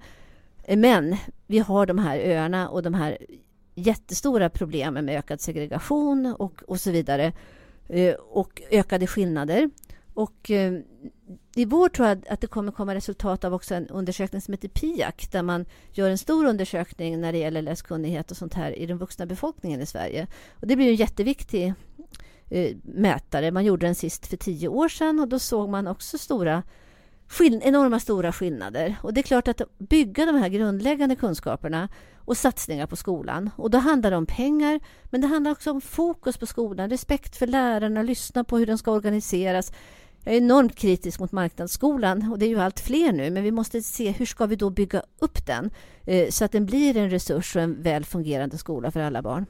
Men vi har de här öarna och de här jättestora problemen med ökad segregation och, och så vidare, och ökade skillnader. Och eh, i vår tror jag att det kommer komma resultat av också en undersökning som heter P I A C, där man gör en stor undersökning när det gäller läskunnighet och sånt här i den vuxna befolkningen i Sverige. Och det blir en jätteviktig eh, mätare. Man gjorde den sist för tio år sedan, och då såg man också stora skill- enorma stora skillnader. Och det är klart att bygga de här grundläggande kunskaperna och satsningar på skolan. Och då handlar det om pengar, men det handlar också om fokus på skolan, respekt för lärarna, lyssna på hur den ska organiseras. Jag är enormt kritisk mot marknadsskolan, och det är ju allt fler nu, men vi måste se hur ska vi då bygga upp den eh, så att den blir en resurs och en väl fungerande skola för alla barn.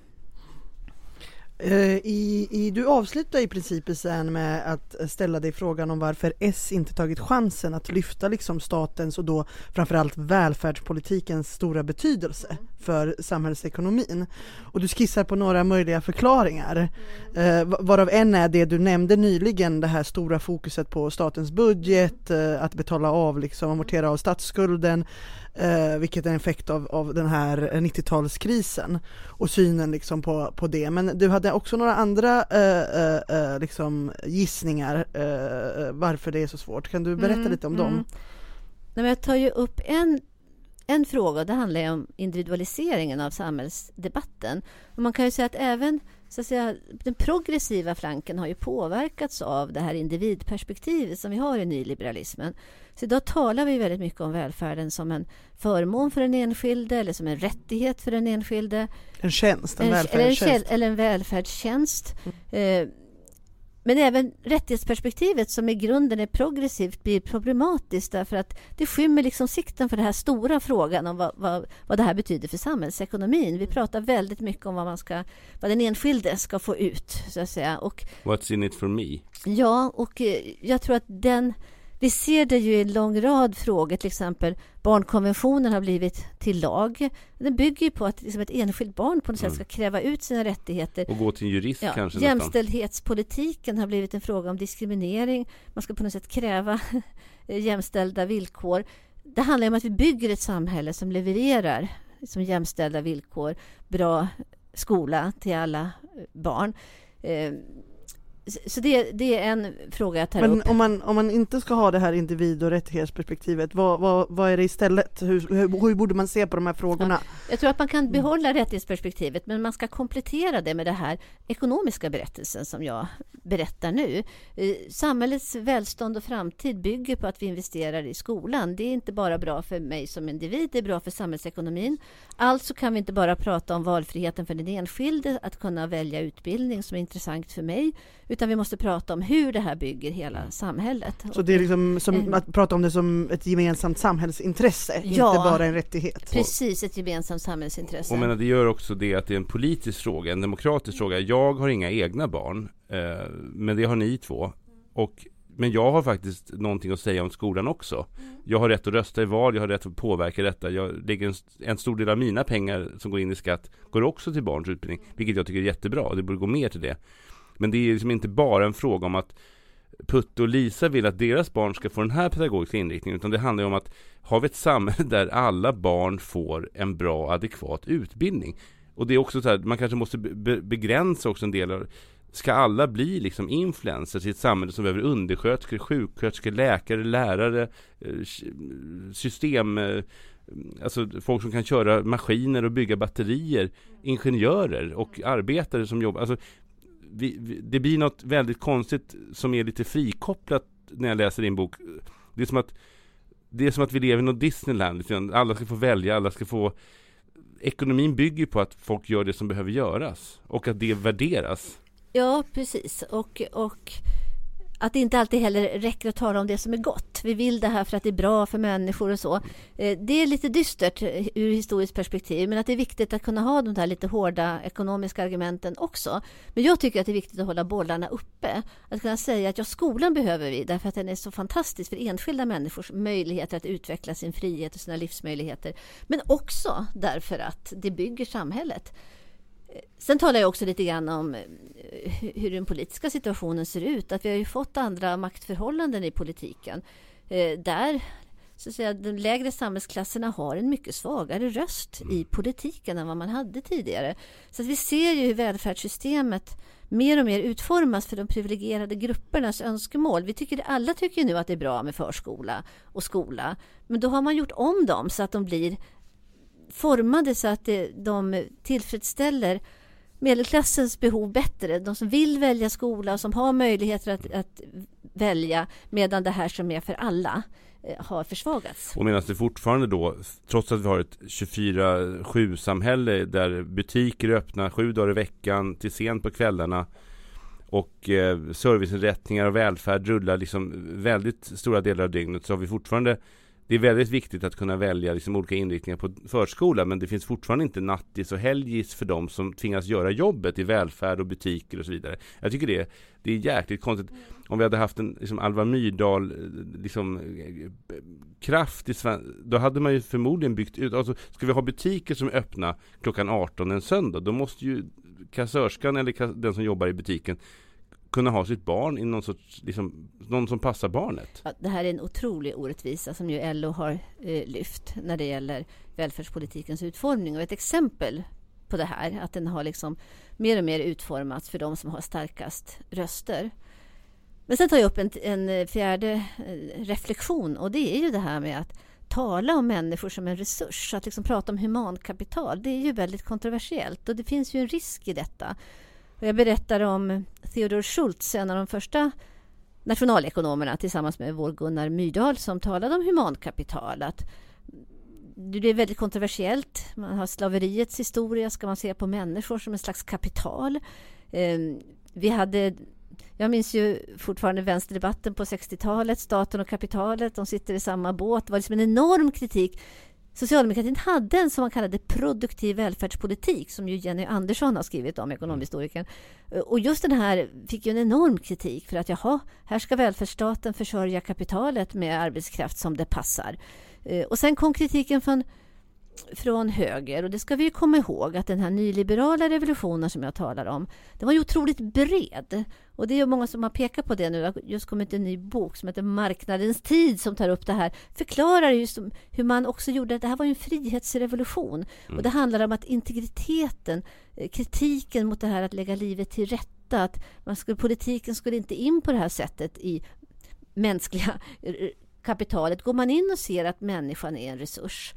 I, i, du avslutar i princip sen med att ställa dig frågan om varför S inte tagit chansen att lyfta liksom statens och då framförallt välfärdspolitikens stora betydelse för samhällsekonomin. Och du skissar på några möjliga förklaringar, eh, varav en är det du nämnde nyligen, det här stora fokuset på statens budget, eh, att betala av, liksom amortera av statsskulden, Eh, vilket är en effekt av, av den här nittiotalskrisen och synen liksom på, på det. Men du hade också några andra eh, eh, liksom gissningar eh, varför det är så svårt. Kan du berätta mm, lite om mm. dem? Nej, men jag tar ju upp en, en fråga, det handlar om individualiseringen av samhällsdebatten. Och man kan ju säga att även så att säga, den progressiva flanken har ju påverkats av det här individperspektivet som vi har i nyliberalismen. Så idag talar vi väldigt mycket om välfärden som en förmån för den enskilde eller som en rättighet för den enskilde. En tjänst, en, en välfärdstjänst. Eller en, eller en välfärdstjänst. Mm. Eh, men även rättighetsperspektivet som i grunden är progressivt blir problematiskt därför att det skymmer liksom sikten för den här stora frågan om vad, vad, vad det här betyder för samhällsekonomin. Vi pratar väldigt mycket om vad, man ska, vad den enskilde ska få ut, så att säga. Och, what's in it for me? Ja, och jag tror att den... Vi ser det ju i en lång rad frågor, till exempel barnkonventionen har blivit till lag. Den bygger ju på att liksom ett enskilt barn på något sätt ska kräva ut sina rättigheter. Och gå till en jurist ja, kanske. Jämställdhetspolitiken har blivit en fråga om diskriminering. Man ska på något sätt kräva jämställda villkor. Det handlar om att vi bygger ett samhälle som levererar som jämställda villkor, bra skola till alla barn. Så det, det är en fråga jag tar Men upp. Om man, om man inte ska ha det här individ- och rättighetsperspektivet, vad, vad, vad är det istället? Hur, hur, hur borde man se på de här frågorna? Ja, jag tror att man kan behålla mm. rättighetsperspektivet, men man ska komplettera det med det här ekonomiska berättelsen som jag berättar nu. Samhällets välstånd och framtid bygger på att vi investerar i skolan. Det är inte bara bra för mig som individ, det är bra för samhällsekonomin. Alltså kan vi inte bara prata om valfriheten för den enskilde att kunna välja utbildning som är intressant för mig, utan vi måste prata om hur det här bygger hela samhället. Så det är liksom som att prata om det som ett gemensamt samhällsintresse, ja, inte bara en rättighet. Precis, ett gemensamt samhällsintresse. Och menar, det gör också det att det är en politisk fråga, en demokratisk fråga. Jag har inga egna barn, eh, men det har ni två. Och Men jag har faktiskt någonting att säga om skolan också. Jag har rätt att rösta i val, jag har rätt att påverka detta. Jag lägger en, en stor del av mina pengar som går in i skatt går också till barns utbildning, vilket jag tycker är jättebra. Det borde gå mer till det. Men det är liksom inte bara en fråga om att Putte och Lisa vill att deras barn ska få den här pedagogiska inriktningen, utan det handlar om att har vi ett samhälle där alla barn får en bra, adekvat utbildning. Och det är också så här, man kanske måste be- begränsa också en del av. Ska alla bli liksom influencers i ett samhälle som behöver undersköterskor, sjuksköterskor, läkare, lärare, system, alltså folk som kan köra maskiner och bygga batterier, ingenjörer och arbetare som jobbar. Alltså, vi, vi, det blir något väldigt konstigt som är lite frikopplat när jag läser din bok. Det är som att, det är som att vi lever i något Disneyland. Liksom. Alla ska få välja, alla ska få... Ekonomin bygger på att folk gör det som behöver göras och att det värderas. Ja, precis. Och, och att det inte alltid heller räcker att tala om det som är gott. Vi vill det här för att det är bra för människor och så. Det är lite dystert ur historiskt perspektiv, men att det är viktigt att kunna ha de här lite hårda ekonomiska argumenten också. Men jag tycker att det är viktigt att hålla bollarna uppe. Att kunna säga att ja, skolan behöver vi därför att den är så fantastisk för enskilda människors möjligheter att utveckla sin frihet och sina livsmöjligheter. Men också därför att det bygger samhället. Sen talar jag också lite grann om hur den politiska situationen ser ut. Att vi har ju fått andra maktförhållanden i politiken. Där så att säga, de lägre samhällsklasserna har en mycket svagare röst i politiken än vad man hade tidigare. Så att vi ser ju hur välfärdssystemet mer och mer utformas för de privilegierade gruppernas önskemål. Vi tycker, alla tycker nu att det är bra med förskola och skola. Men då har man gjort om dem så att de blir formade så att det, de tillfredsställer medelklassens behov bättre. De som vill välja skola och som har möjligheter att, att välja, medan det här som är för alla eh, har försvagats. Och medan det fortfarande då, trots att vi har ett tjugofyra sju samhälle där butiker är öppna sju dagar i veckan till sent på kvällarna och eh, serviceinrättningar och välfärd rullar liksom väldigt stora delar av dygnet, så har vi fortfarande. Det är väldigt viktigt att kunna välja liksom olika inriktningar på förskola, men det finns fortfarande inte nattis och helgis för dem som tvingas göra jobbet i välfärd och butiker och så vidare. Jag tycker det, det är jäkligt konstigt. Om vi hade haft en liksom Alva Myrdal liksom, kraft i Sverige, då hade man ju förmodligen byggt ut. Alltså, ska vi ha butiker som är öppna klockan arton en söndag, då måste ju kassörskan eller den som jobbar i butiken kunna ha sitt barn i någon sorts, liksom, någon som passar barnet. Ja, det här är en otrolig orättvisa som ju L O har eh, lyft när det gäller välfärdspolitikens utformning. Och ett exempel på det här, att den har liksom mer och mer utformats för de som har starkast röster. Men sen tar jag upp en, en fjärde eh, reflektion, och det är ju det här med att tala om människor som en resurs. Att liksom prata om humankapital, det är ju väldigt kontroversiellt, och det finns ju en risk i detta. Jag berättar om Theodor Schultz, en av de första nationalekonomerna tillsammans med vår Gunnar Myrdal, som talade om humankapital. Att det är väldigt kontroversiellt. Man har slaveriets historia, ska man se på människor som en slags kapital. Vi hade, jag minns ju fortfarande vänsterdebatten på sextiotalet, staten och kapitalet, de sitter i samma båt. Det var liksom en enorm kritik. Socialdemokratin hade en som man kallade produktiv välfärdspolitik, som ju Jenny Andersson har skrivit om, ekonomhistorikern. Och just den här fick ju en enorm kritik för att jaha, här ska välfärdsstaten försörja kapitalet med arbetskraft som det passar. Och sen kom kritiken från, från höger, och det ska vi ju komma ihåg att den här nyliberala revolutionen som jag talar om, den var ju otroligt bred. Och det är ju många som har pekat på det nu. Det har just kommit en ny bok som heter Marknadens tid som tar upp det här. Förklarar just hur man också gjorde, det här var ju en frihetsrevolution. Mm. Och det handlar om att integriteten, kritiken mot det här att lägga livet till rätta, att man skulle, politiken skulle inte in på det här sättet i mänskliga kapitalet. Går man in och ser att människan är en resurs,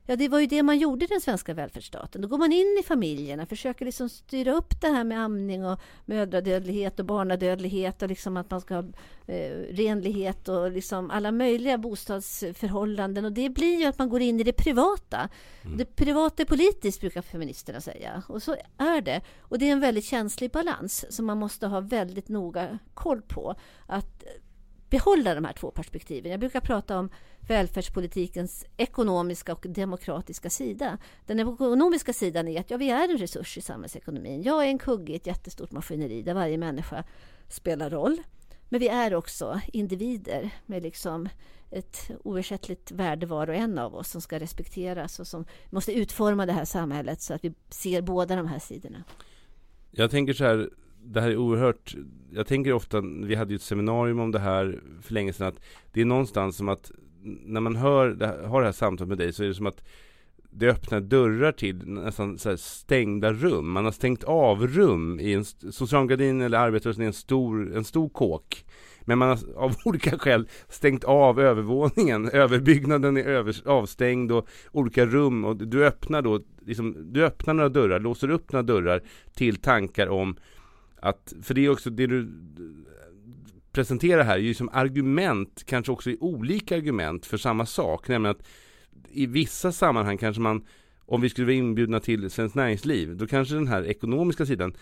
Ja, det var ju det man gjorde i den svenska välfärdsstaten. Då går man in i familjerna, försöker liksom styra upp det här med amning och mödradödlighet och barnadödlighet och liksom att man ska ha eh, renlighet och liksom alla möjliga bostadsförhållanden. Och det blir ju att man går in i det privata. Mm. Det privata är politiskt, brukar feministerna säga. Och så är det. Och det är en väldigt känslig balans som man måste ha väldigt noga koll på. Att behålla de här två perspektiven. Jag brukar prata om välfärdspolitikens ekonomiska och demokratiska sida. Den ekonomiska sidan är att ja, vi är en resurs i samhällsekonomin. Jag är en kugge i ett jättestort maskineri där varje människa spelar roll. Men vi är också individer med liksom ett oersättligt värde var och en av oss som ska respekteras och som måste utforma det här samhället så att vi ser båda de här sidorna. Jag tänker så här, det här är oerhört, jag tänker ofta, vi hade ju ett seminarium om det här för länge sedan, att det är någonstans som att när man hör det här, har det här samtalet med dig så är det som att det öppnar dörrar till nästan så här stängda rum. Man har stängt av rum i en socialdemokratin eller arbetarrörelsen i en stor, en stor kåk. Men man har av olika skäl stängt av övervåningen. Överbyggnaden är över, avstängd och olika rum. Och du öppnar då liksom, du öppnar några dörrar, låser upp några dörrar till tankar om att, för det är också det du presenterar här är ju som argument, kanske också i olika argument för samma sak, nämligen att i vissa sammanhang kanske man, om vi skulle vara inbjudna till Svenskt Näringsliv, då kanske den här ekonomiska sidan,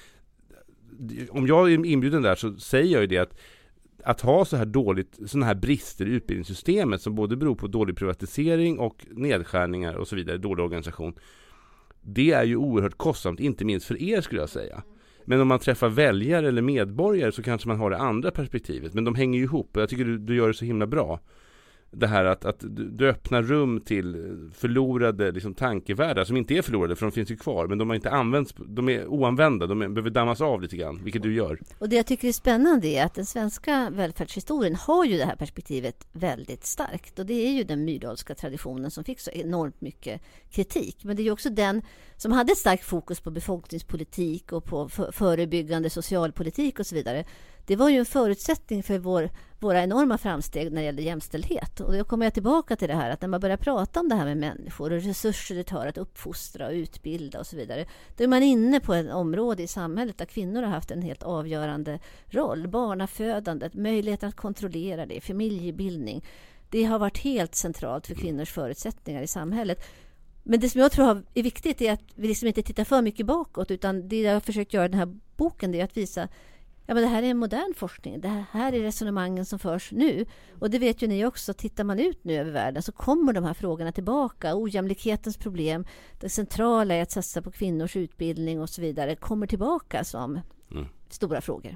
om jag är inbjuden där så säger jag ju det att att ha så här dåligt, såna här brister i utbildningssystemet som både beror på dålig privatisering och nedskärningar och så vidare, dålig organisation, det är ju oerhört kostsamt, inte minst för er skulle jag säga. Men om man träffar väljare eller medborgare så kanske man har det andra perspektivet. Men de hänger ju ihop och jag tycker du, du gör det så himla bra. Det här att, att du, du öppnar rum till förlorade liksom, tankevärldar som inte är förlorade för de finns ju kvar. Men de har inte använts, de är oanvända, de är, behöver dammas av lite grann, vilket du gör. Och det jag tycker är spännande är att den svenska välfärdshistorien har ju det här perspektivet väldigt starkt. Och det är ju den myrdalska traditionen som fick så enormt mycket kritik. Men det är ju också den som hade ett starkt fokus på befolkningspolitik och på förebyggande socialpolitik och så vidare. Det var ju en förutsättning för vår, våra enorma framsteg när det gäller jämställdhet. Och då kommer jag tillbaka till det här att när man börjar prata om det här med människor och resurser det tar att uppfostra och utbilda och så vidare, då är man inne på ett område i samhället där kvinnor har haft en helt avgörande roll. Barnafödandet, möjligheten att kontrollera det, familjebildning. Det har varit helt centralt för kvinnors förutsättningar i samhället. Men det som jag tror är viktigt är att vi liksom inte tittar för mycket bakåt, utan det jag har försökt göra i den här boken är att visa ja, men det här är en modern forskning. Det här är resonemangen som förs nu. Och det vet ju ni också. Tittar man ut nu över världen så kommer de här frågorna tillbaka. Ojämlikhetens problem, det centrala är att satsa på kvinnors utbildning och så vidare, kommer tillbaka som mm. stora frågor.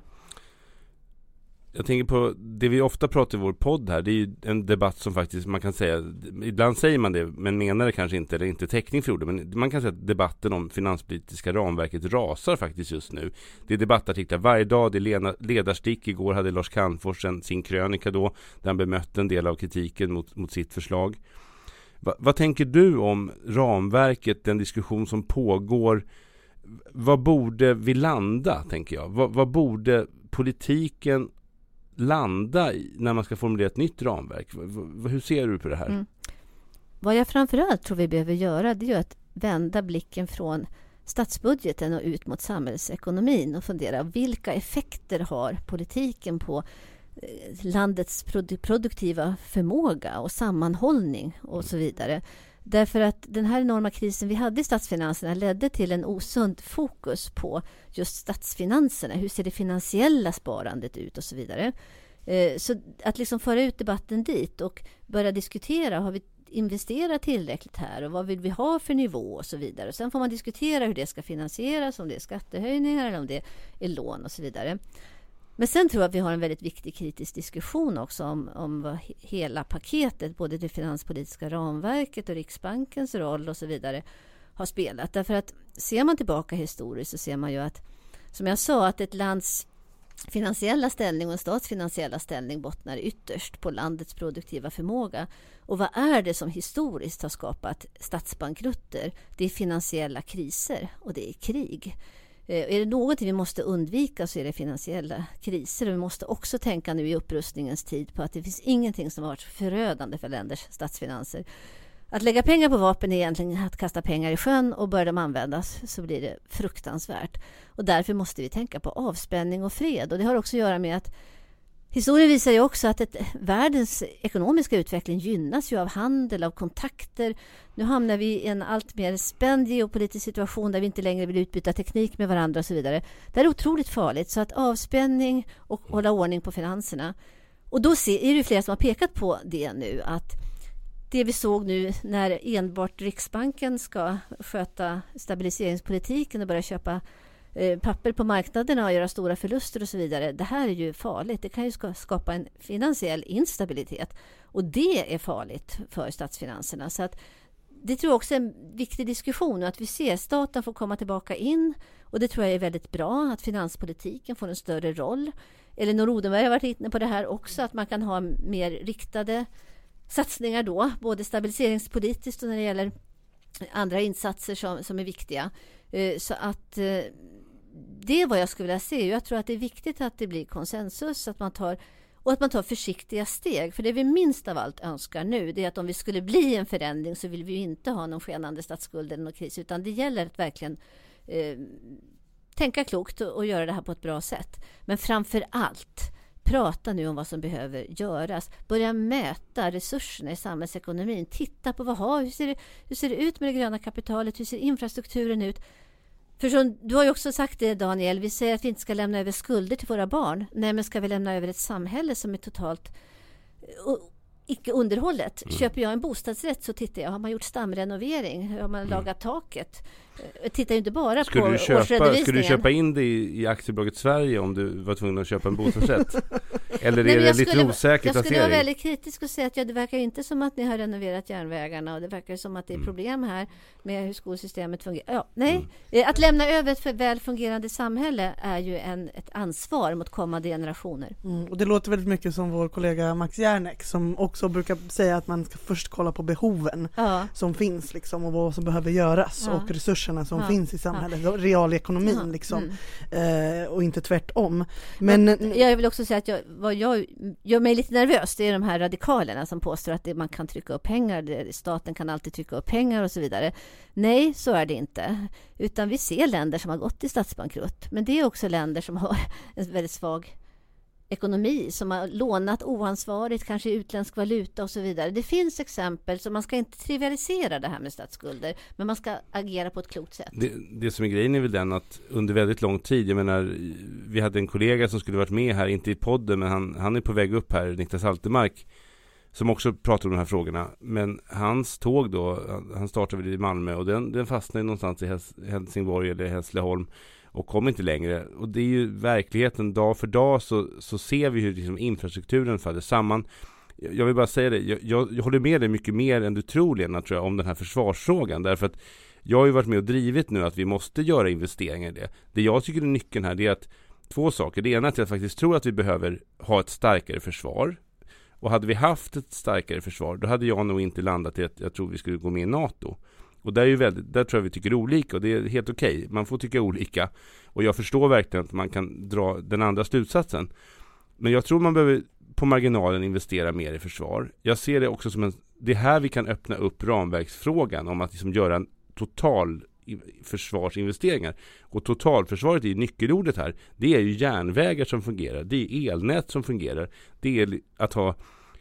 Jag tänker på det vi ofta pratar i vår podd här. Det är ju en debatt som faktiskt man kan säga, ibland säger man det men menar det kanske inte, eller inte täckning för ordet, men man kan säga att debatten om finanspolitiska ramverket rasar faktiskt just nu. Det är debattartiklar varje dag, det är ledarstick. Igår hade Lars Calmfors sin krönika då där han bemötte en del av kritiken mot, mot sitt förslag. Va, vad tänker du om ramverket, den diskussion som pågår? Vad borde vi landa, tänker jag? Vad, vad borde politiken landa i när man ska formulera ett nytt ramverk? Hur ser du på det här? Mm. Vad jag framförallt tror vi behöver göra, det är att vända blicken från statsbudgeten och ut mot samhällsekonomin och fundera vilka effekter har politiken på landets produktiva förmåga och sammanhållning och så vidare. Därför att den här enorma krisen vi hade i statsfinanserna ledde till en osund fokus på just statsfinanserna. Hur ser det finansiella sparandet ut och så vidare. Så att liksom föra ut debatten dit och börja diskutera, har vi investerat tillräckligt här och vad vill vi ha för nivå och så vidare. Och sen får man diskutera hur det ska finansieras, om det är skattehöjningar eller om det är lån och så vidare. Men sen tror jag att vi har en väldigt viktig kritisk diskussion också om, om vad hela paketet, både det finanspolitiska ramverket och Riksbankens roll och så vidare, har spelat. Därför att ser man tillbaka historiskt så ser man ju att, som jag sa, att ett lands finansiella ställning och en stats finansiella ställning bottnar ytterst på landets produktiva förmåga. Och vad är det som historiskt har skapat statsbankrutter? Det är finansiella kriser och det är krig. Är det något vi måste undvika så är det finansiella kriser. Och vi måste också tänka nu i upprustningens tid på att det finns ingenting som har varit förödande för länders statsfinanser. att lägga pengar på vapen är egentligen att kasta pengar i sjön, och börjar de användas så blir det fruktansvärt. Och därför måste vi tänka på avspänning och fred. Och det har också att göra med att historien visar ju också att ett, världens ekonomiska utveckling gynnas ju av handel, av kontakter. Nu hamnar vi i en allt mer spänd geopolitisk situation där vi inte längre vill utbyta teknik med varandra och så vidare. Det är otroligt farligt, så att avspänning och hålla ordning på finanserna. Och då ser, är det flera som har pekat på det nu, att det vi såg nu när enbart Riksbanken ska sköta stabiliseringspolitiken och börja köpa eh, papper på marknaderna och göra stora förluster och så vidare. Det här är ju farligt. Det kan ju skapa en finansiell instabilitet. Och det är farligt för statsfinanserna. Så att det tror jag också är en viktig diskussion. Att vi ser staten får komma tillbaka in. Och det tror jag är väldigt bra. Att finanspolitiken får en större roll. Elinor Odenberg har varit inne på det här också. Att man kan ha mer riktade satsningar då, både stabiliseringspolitiskt och när det gäller andra insatser som, som är viktiga. Så att det är vad jag skulle vilja se. Jag tror att det är viktigt att det blir konsensus, att man tar, och att man tar försiktiga steg. För det vi minst av allt önskar nu, det är att om vi skulle bli en förändring så vill vi ju inte ha någon skenande statsskuld eller någon kris, utan det gäller att verkligen eh, tänka klokt och, och göra det här på ett bra sätt. Men framför allt prata nu om vad som behöver göras. Börja mäta resurserna i samhällsekonomin. Titta på vad har, hur ser det, hur ser det ut med det gröna kapitalet? Hur ser infrastrukturen ut? För som, du har ju också sagt det, Daniel, vi säger att vi inte ska lämna över skulder till våra barn. Nej, men ska vi lämna över ett samhälle som är totalt uh, icke underhållet? Mm. Köper jag en bostadsrätt så tittar jag, har man gjort stamrenovering? Har man mm. lagat taket? Jag tittar ju inte bara skulle på du köpa, årsredovisningen. Skulle du köpa in det i, i aktiebolaget Sverige om du var tvungen att köpa en bostadsrätt? Eller Nej, är det jag lite skulle, osäker jag placering? skulle vara väldigt kritisk och säga att ja, det verkar inte som att ni har renoverat järnvägarna, och det verkar som att det är problem här med hur skolsystemet fungerar. Ja, nej, mm. Att lämna över ett för väl fungerande samhälle är ju en, ett ansvar mot kommande generationer. Mm, och det låter väldigt mycket som vår kollega Max Järnek, som också brukar säga att man ska först kolla på behoven ja. som finns liksom, och vad som behöver göras ja. och resurserna som ja. finns i samhället, ja. realekonomin ja. liksom, mm. eh, och inte tvärtom. Men, Men jag vill också säga att jag, vad jag gör mig lite nervös, det är de här radikalerna som påstår att det, man kan trycka upp pengar, det, staten kan alltid trycka upp pengar och så vidare. Nej, så är det inte. Utan vi ser länder som har gått i statsbankrutt, men det är också länder som har en väldigt svag ekonomi, som har lånat oansvarigt, kanske utländsk valuta och så vidare. Det finns exempel, så man ska inte trivialisera det här med statsskulder, men man ska agera på ett klokt sätt. Det, det som är grejen är väl den att under väldigt lång tid, jag menar, vi hade en kollega som skulle varit med här, inte i podden, men han, han är på väg upp här, Niklas Altermark, som också pratar om de här frågorna. Men hans tåg då, han startade väl i Malmö, och den, den fastnade någonstans i Helsingborg eller Hässleholm och kom inte längre. Och det är ju verkligheten, dag för dag så, så ser vi hur liksom infrastrukturen faller samman. Jag vill bara säga det, jag, jag, jag håller med dig mycket mer än du tror, Lena, tror jag, om den här försvarsfrågan. Därför att jag har ju varit med och drivit nu att vi måste göra investeringar i det. Det jag tycker är nyckeln här, det är att två saker. Det ena är att jag faktiskt tror att vi behöver ha ett starkare försvar. Och hade vi haft ett starkare försvar, då hade jag nog inte landat i att jag tror vi skulle gå med i NATO. Och där, är ju väldigt, där tror jag vi tycker olika, och det är helt okej. Okay. Man får tycka olika. Och jag förstår verkligen att man kan dra den andra slutsatsen. Men jag tror man behöver på marginalen investera mer i försvar. Jag ser det också som en... Det är här vi kan öppna upp ramverksfrågan om att liksom göra en total försvarsinvesteringar. Och totalförsvaret är nyckelordet här. Det är ju järnvägar som fungerar. Det är elnät som fungerar. Det är att ha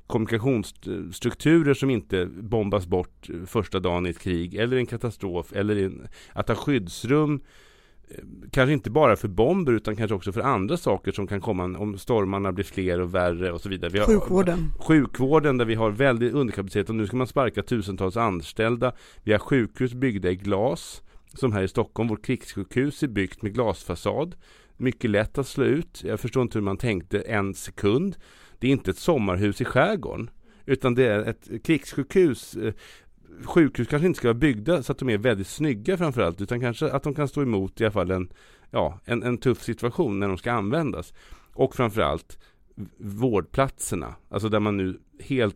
kommunikationsstrukturer som inte bombas bort första dagen i ett krig eller en katastrof, eller en, att ha skyddsrum, kanske inte bara för bomber utan kanske också för andra saker som kan komma om stormarna blir fler och värre och så vidare. Vi har sjukvården. Sjukvården där vi har väldigt underkapacitet, och nu ska man sparka tusentals anställda. Vi har sjukhus byggda i glas, som här i Stockholm. Vårt krigssjukhus är byggt med glasfasad. Mycket lätt att slå ut. Jag förstår inte hur man tänkte en sekund. Det är inte ett sommarhus i skärgården, utan det är ett krigssjukhus. Sjukhus kanske inte ska vara byggda så att de är väldigt snygga framförallt, utan kanske att de kan stå emot i alla fall en, ja, en, en tuff situation när de ska användas. Och framförallt vårdplatserna, alltså där man nu helt...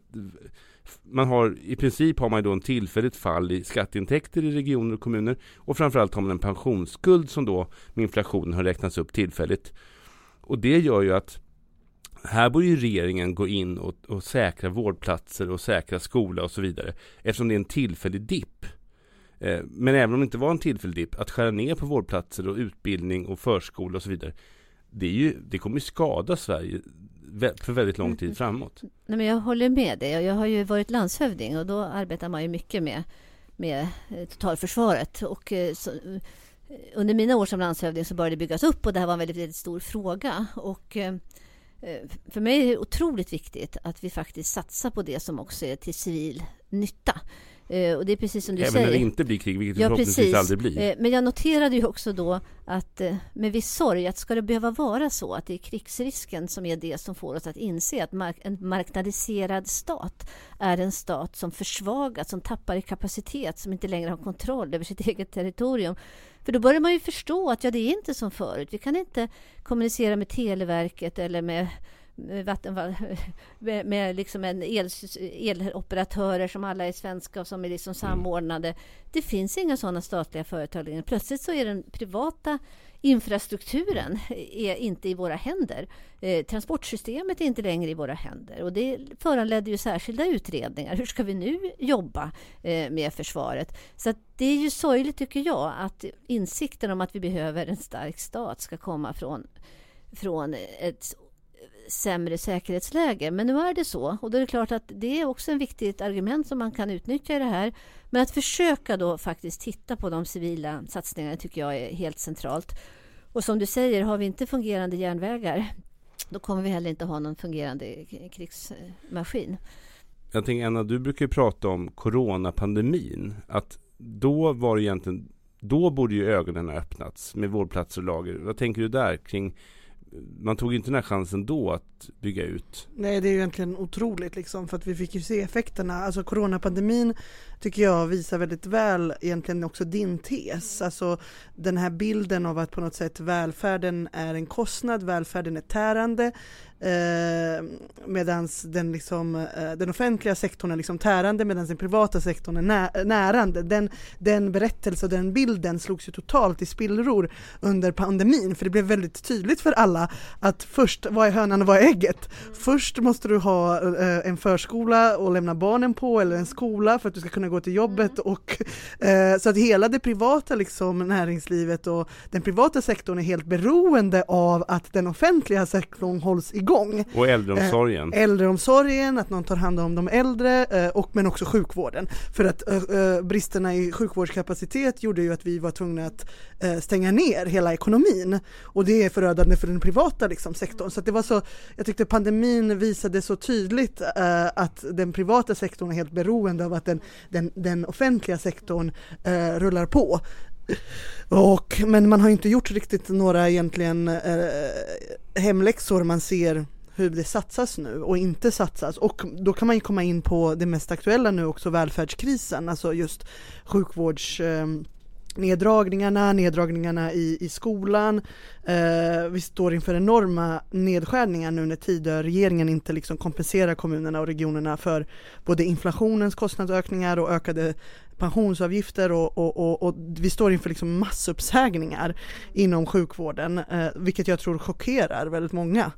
Man har, i princip har man då en tillfälligt fall i skatteintäkter i regioner och kommuner, och framförallt har man en pensionsskuld som då med inflationen har räknats upp tillfälligt. Och det gör ju att här borde ju regeringen gå in och, och säkra vårdplatser och säkra skola och så vidare. Eftersom det är en tillfällig dipp. Eh, men även om det inte var en tillfällig dipp, att skära ner på vårdplatser och utbildning och förskola och så vidare. Det, är ju, det kommer ju skada Sverige för väldigt lång tid framåt. Nej, men jag håller med dig. Jag har ju varit landshövding och då arbetar man ju mycket med, med totalförsvaret. Och så, under mina år som landshövding så började det byggas upp och det här var en väldigt, väldigt stor fråga. Och för mig är det otroligt viktigt att vi faktiskt satsar på det som också är till civil nytta. Och det är precis som du Även säger. när det inte blir krig, vilket ja, förhoppningsvis precis. aldrig blir. Men jag noterade ju också då att med viss sorg att ska det behöva vara så att det är krigsrisken som är det som får oss att inse att mark- en marknadiserad stat är en stat som försvagas, som tappar i kapacitet, som inte längre har kontroll över sitt eget territorium. För då börjar man ju förstå att ja, det är inte som förut. Vi kan inte kommunicera med Televerket eller med Vattenfall, med, med liksom en el, eloperatörer som alla är svenska och som är liksom samordnade. Det finns inga sådana statliga företag. Plötsligt så är den privata infrastrukturen är inte i våra händer. Eh, transportsystemet är inte längre i våra händer. Och det föranledde ju särskilda utredningar. Hur ska vi nu jobba eh, med försvaret? Så att det är ju sorgligt tycker jag att insikten om att vi behöver en stark stat ska komma från, från ett sämre säkerhetsläge. Men nu är det så. Och då är det klart att det är också en viktigt argument som man kan utnyttja i det här. Men att försöka då faktiskt titta på de civila satsningarna tycker jag är helt centralt. Och som du säger, har vi inte fungerande järnvägar då kommer vi heller inte ha någon fungerande krigsmaskin. Jag tänker Anna, du brukar ju prata om coronapandemin. Att då var det egentligen, då borde ju ögonen ha öppnats med vårdplatser och lager. Vad tänker du där kring, man tog inte den här chansen då att bygga ut? Nej, det är ju egentligen otroligt liksom, för att vi fick ju se effekterna. Alltså coronapandemin tycker jag visar väldigt väl egentligen också din tes. Alltså den här bilden av att på något sätt välfärden är en kostnad, välfärden är tärande. Eh, medans den, liksom, eh, den offentliga sektorn är liksom tärande medan den privata sektorn är nä- närande. Den, den berättelse och den bilden slogs ju totalt i spillror under pandemin, för det blev väldigt tydligt för alla att först, vad är hönan och vad är ägget? Först måste du ha eh, en förskola och lämna barnen på, eller en skola för att du ska kunna gå till jobbet, och eh, så att hela det privata liksom, näringslivet och den privata sektorn är helt beroende av att den offentliga sektorn hålls igång. Och äldreomsorgen. Eh, äldreomsorgen, att någon tar hand om de äldre, eh, och, men också sjukvården. För att eh, bristerna i sjukvårdskapacitet gjorde ju att vi var tvungna att eh, stänga ner hela ekonomin. Och det är förödande för den privata liksom, sektorn. Så att det var så, jag tyckte pandemin visade så tydligt eh, att den privata sektorn är helt beroende av att den, den, den offentliga sektorn eh, rullar på. Och, men man har inte gjort riktigt några egentligen eh, hemläxor. Man ser hur det satsas nu och inte satsas. Och då kan man ju komma in på det mest aktuella nu också, välfärdskrisen. Alltså just sjukvårds... Eh, neddragningarna, neddragningarna i, i skolan. Eh, vi står inför enorma nedskärningar nu när tider regeringen inte liksom kompenserar kommunerna och regionerna för både inflationens kostnadsökningar och ökade pensionsavgifter, och, och, och, och vi står inför liksom massuppsägningar inom sjukvården, eh, vilket jag tror chockerar väldigt många.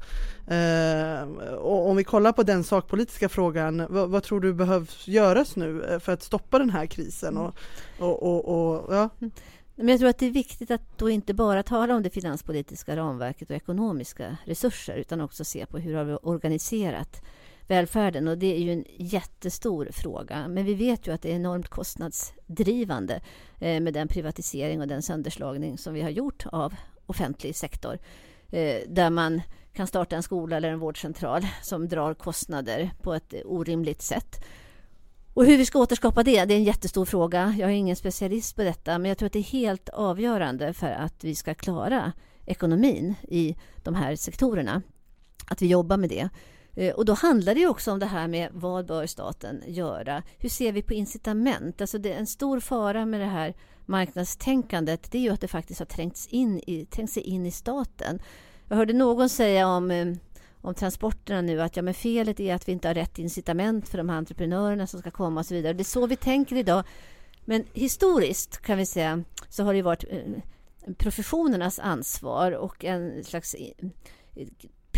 Eh, och om vi kollar på den sakpolitiska frågan, vad, vad tror du behövs göras nu för att stoppa den här krisen? Och, och, och, och, ja. Men jag tror att det är viktigt att då inte bara tala om det finanspolitiska ramverket och ekonomiska resurser, utan också se på hur har vi organiserat välfärden, och det är ju en jättestor fråga. Men vi vet ju att det är enormt kostnadsdrivande eh, med den privatisering och den sönderslagning som vi har gjort av offentlig sektor. Eh, där man kan starta en skola eller en vårdcentral som drar kostnader på ett orimligt sätt. Och hur vi ska återskapa det, det är en jättestor fråga. Jag är ingen specialist på detta, men jag tror att det är helt avgörande för att vi ska klara ekonomin i de här sektorerna. Att vi jobbar med det. Och då handlar det ju också om det här med vad bör staten göra? Hur ser vi på incitament? Alltså det är en stor fara med det här marknadstänkandet. Det är ju att det faktiskt har trängts in i, trängt sig in i staten. Jag hörde någon säga om, om transporterna nu att ja, men felet är att vi inte har rätt incitament för de här entreprenörerna som ska komma och så vidare. Det är så vi tänker idag. Men historiskt kan vi säga så har det varit professionernas ansvar och en slags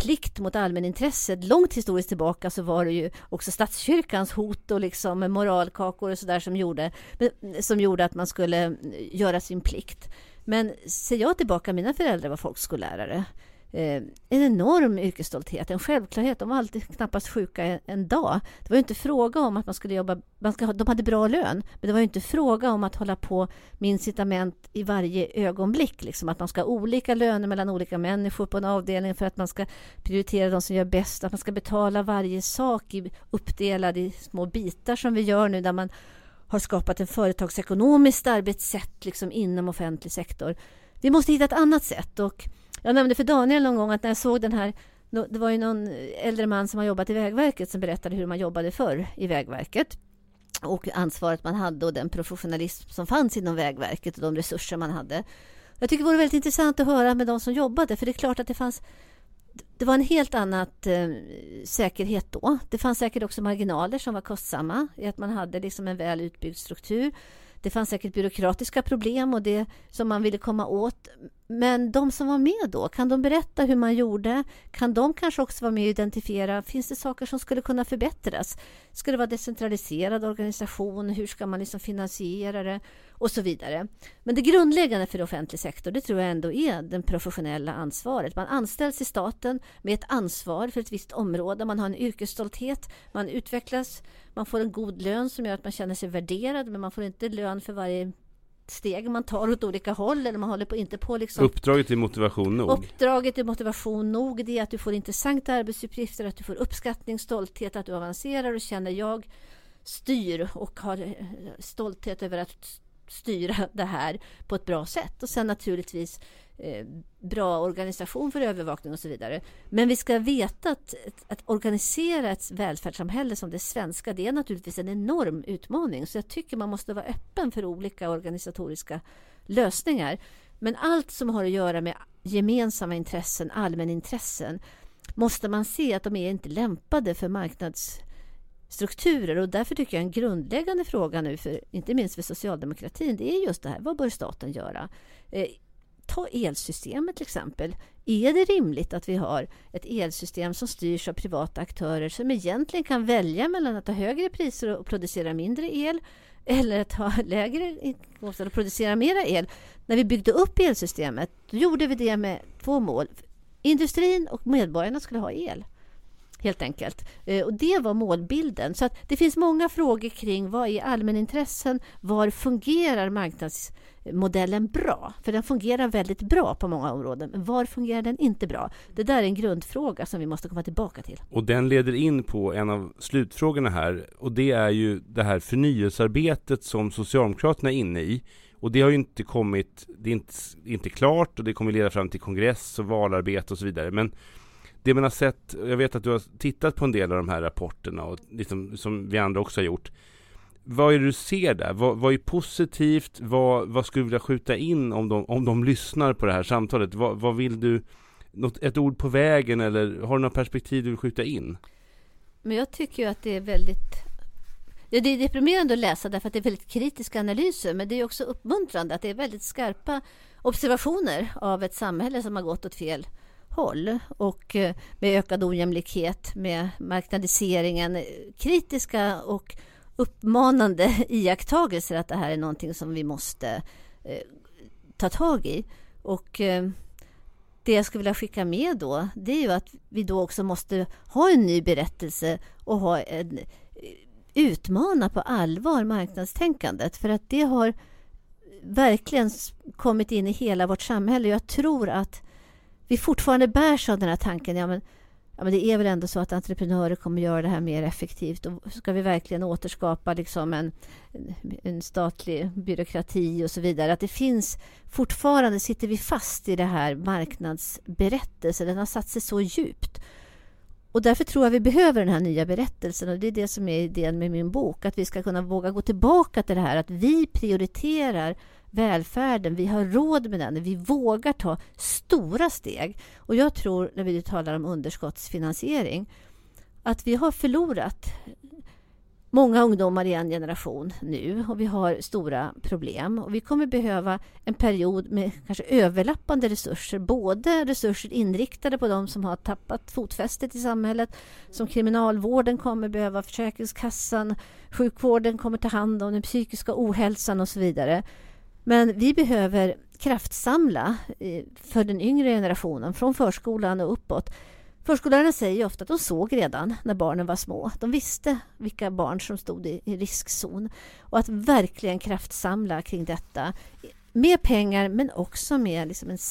plikt mot allmänintresset. Långt historiskt tillbaka så var det ju också statskyrkans hot och liksom moralkakor och sådär som gjorde, som gjorde att man skulle göra sin plikt. Men ser jag tillbaka, mina föräldrar var folkskollärare. Eh, en enorm yrkesstolthet, en självklarhet. De var alltid knappast sjuka en, en dag. Det var ju inte fråga om att man skulle jobba, man ska, de hade bra lön, men det var ju inte fråga om att hålla på med incitament i varje ögonblick. Liksom, att man ska ha olika löner mellan olika människor på en avdelning för att man ska prioritera de som gör bäst. Att man ska betala varje sak i, uppdelad i små bitar som vi gör nu, där man har skapat en företagsekonomiskt arbetssätt liksom, inom offentlig sektor. Vi måste hitta ett annat sätt. Och jag nämnde för Daniel någon gång att när jag såg den här, det var ju någon äldre man som har jobbat i Vägverket som berättade hur man jobbade förr i Vägverket och ansvaret man hade och den professionalism som fanns inom Vägverket och de resurser man hade. Jag tycker det vore väldigt intressant att höra med de som jobbade, för det är klart att det fanns, det var en helt annat eh, säkerhet då. Det fanns säkert också marginaler som var kostsamma i att man hade liksom en väl utbyggd struktur. Det fanns säkert byråkratiska problem och det som man ville komma åt. Men de som var med då, kan de berätta hur man gjorde? Kan de kanske också vara med och identifiera, finns det saker som skulle kunna förbättras? Ska det vara decentraliserad organisation? Hur ska man liksom finansiera det? Och så vidare. Men det grundläggande för offentlig sektor, det tror jag ändå är det professionella ansvaret. Man anställs i staten med ett ansvar för ett visst område. Man har en yrkesstolthet, man utvecklas, man får en god lön som gör att man känner sig värderad, men man får inte lön för varje steg man tar åt olika håll, eller man håller på inte på liksom. Uppdraget är motivation nog. Uppdraget är motivation nog. Det är att du får intressanta arbetsuppgifter, att du får uppskattning, stolthet, att du avancerar och känner jag styr och har stolthet över att styra det här på ett bra sätt. Och sen naturligtvis eh, bra organisation för övervakning och så vidare. Men vi ska veta att, att organisera ett välfärdssamhälle som det svenska, det är naturligtvis en enorm utmaning. Så jag tycker man måste vara öppen för olika organisatoriska lösningar. Men allt som har att göra med gemensamma intressen, allmänintressen, måste man se att de är inte lämpade för marknads strukturer, och därför tycker jag en grundläggande fråga nu, för, inte minst för socialdemokratin, det är just det här, vad bör staten göra? Eh, ta elsystemet till exempel. Är det rimligt att vi har ett elsystem som styrs av privata aktörer som egentligen kan välja mellan att ha högre priser och producera mindre el, eller att ha lägre inkomster och producera mera el? När vi byggde upp elsystemet, då gjorde vi det med två mål. Industrin och medborgarna skulle ha el. Helt enkelt. Eh, och det var målbilden. Så att det finns många frågor kring vad är allmänintressen, var fungerar marknadsmodellen bra? För den fungerar väldigt bra på många områden. Men var fungerar den inte bra? Det där är en grundfråga som vi måste komma tillbaka till. Och den leder in på en av slutfrågorna här. Och det är ju det här förnyelsearbetet som Socialdemokraterna är inne i. Och det har ju inte kommit, det är inte, inte klart, och det kommer leda fram till kongress och valarbete och så vidare. Men det man har sett, jag vet att du har tittat på en del av de här rapporterna och liksom, som vi andra också har gjort. Vad är det du ser där? Vad, vad är positivt? Vad, vad skulle du vilja skjuta in om de, om de lyssnar på det här samtalet? Vad, vad vill du, något, ett ord på vägen, eller har du några perspektiv du vill skjuta in? Men jag tycker ju att det är väldigt, ja, det är deprimerande att läsa därför att det är väldigt kritiska analyser, men det är också uppmuntrande att det är väldigt skarpa observationer av ett samhälle som har gått åt fel håll, och med ökad ojämlikhet, med marknadiseringen, kritiska och uppmanande iakttagelser att det här är någonting som vi måste eh, ta tag i. Och eh, det jag skulle vilja skicka med då, det är ju att vi då också måste ha en ny berättelse och ha en, utmana på allvar marknadstänkandet, för att det har verkligen kommit in i hela vårt samhälle. Jag tror att vi fortfarande bärs av den här tanken, ja men, ja men det är väl ändå så att entreprenörer kommer göra det här mer effektivt, och ska vi verkligen återskapa liksom en, en statlig byråkrati och så vidare. Att det finns, fortfarande sitter vi fast i det här marknadsberättelsen, den har satt sig så djupt. Och därför tror jag vi behöver den här nya berättelsen, och det är det som är idén med min bok, att vi ska kunna våga gå tillbaka till det här, att vi prioriterar välfärden, vi har råd med den, vi vågar ta stora steg. Och jag tror, när vi talar om underskottsfinansiering, att vi har förlorat många ungdomar i en generation nu och vi har stora problem. Och vi kommer behöva en period med kanske överlappande resurser. Både resurser inriktade på de som har tappat fotfästet i samhället, som kriminalvården kommer behöva, Försäkringskassan, sjukvården kommer ta hand om den psykiska ohälsan och så vidare. Men vi behöver kraftsamla för den yngre generationen från förskolan och uppåt. Förskollärarna säger ofta att de såg redan när barnen var små. De visste vilka barn som stod i, i riskzon. Och att verkligen kraftsamla kring detta. Med pengar men också med liksom en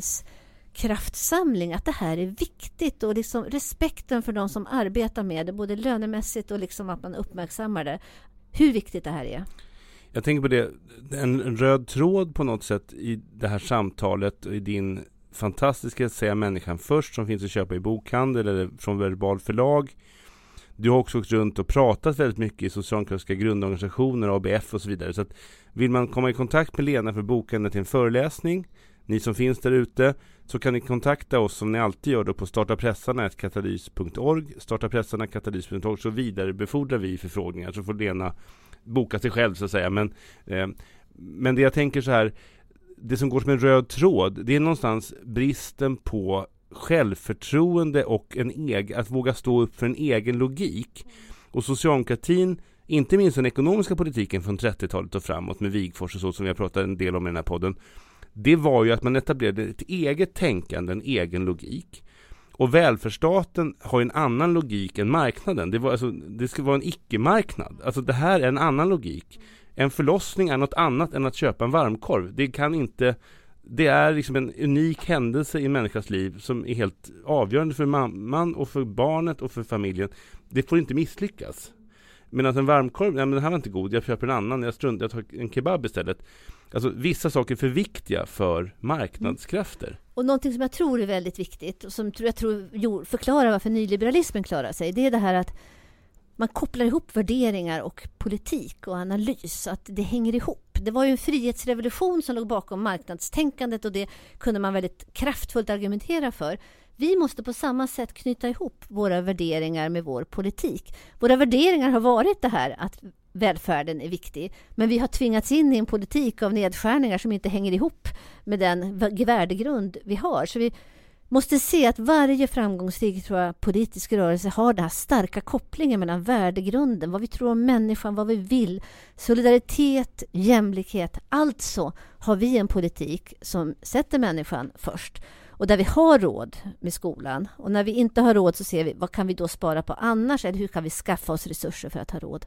samhällskraftsamling. Att det här är viktigt och liksom respekten för de som arbetar med det. Både lönemässigt och liksom att man uppmärksammar det. Hur viktigt det här är. Jag tänker på det, en röd tråd på något sätt i det här samtalet och i din fantastiska Säga människan först som finns att köpa i bokhandel eller från Verbal förlag. Du har också åkt runt och pratat väldigt mycket i socialdemokratiska grundorganisationer, A B F och så vidare. Så att vill man komma i kontakt med Lena för boken till en föreläsning, ni som finns där ute, så kan ni kontakta oss som ni alltid gör då på startapressarna snabel-a katalys punkt org, startapressarna snabel-a katalys punkt org, så vidare befordrar vi förfrågningar så får Lena boka sig själv så att säga. Men, eh, men det jag tänker så här, det som går som en röd tråd, det är någonstans bristen på självförtroende och en egen, att våga stå upp för en egen logik. Och socialdemokratin, inte minst den ekonomiska politiken från trettiotalet och framåt med Wigforss och så som vi har pratat en del om i den här podden, det var ju att man etablerade ett eget tänkande, en egen logik. Och välfärdsstaten har en annan logik än marknaden. Det, var, alltså, det ska vara en icke-marknad. Alltså det här är en annan logik. En förlossning är något annat än att köpa en varmkorv. Det kan inte, det är liksom en unik händelse i en människas liv som är helt avgörande för mamman och för barnet och för familjen. Det får inte misslyckas. Medan en varmkorv, nej men den här var inte god, jag köper en annan, jag struntar, jag tar en kebab istället. Alltså vissa saker är för viktiga för marknadskrafter. Mm. Och någonting som jag tror är väldigt viktigt och som jag tror förklarar varför nyliberalismen klarar sig, det är det här att man kopplar ihop värderingar och politik och analys så att det hänger ihop. Det var ju en frihetsrevolution som låg bakom marknadstänkandet och det kunde man väldigt kraftfullt argumentera för. Vi måste på samma sätt knyta ihop våra värderingar med vår politik. Våra värderingar har varit det här att välfärden är viktig, men vi har tvingats in i en politik av nedskärningar som inte hänger ihop med den värdegrund vi har. Så vi måste se att varje framgångsrik tror jag, politisk rörelse har den här starka kopplingen mellan värdegrunden, vad vi tror om människan, vad vi vill, solidaritet, jämlikhet. Alltså har vi en politik som sätter människan först och där vi har råd med skolan. Och när vi inte har råd så ser vi vad kan vi då spara på annars eller hur kan vi skaffa oss resurser för att ha råd.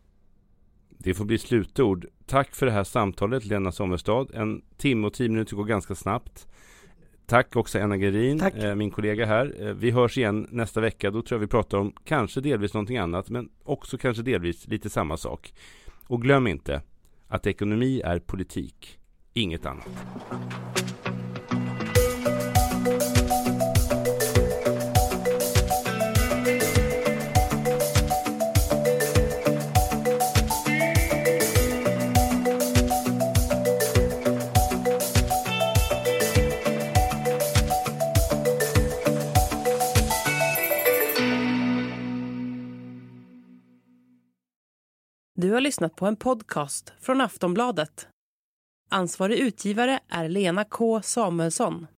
Det får bli slutord. Tack för det här samtalet, Lena Sommerstad. En timme och tio minuter går ganska snabbt. Tack också Anna Gerin, eh, min kollega här. Eh, vi hörs igen nästa vecka. Då tror jag vi pratar om kanske delvis någonting annat, men också kanske delvis lite samma sak. Och glöm inte att ekonomi är politik, inget annat. Du har lyssnat på en podcast från Aftonbladet. Ansvarig utgivare är Lena K. Samuelsson.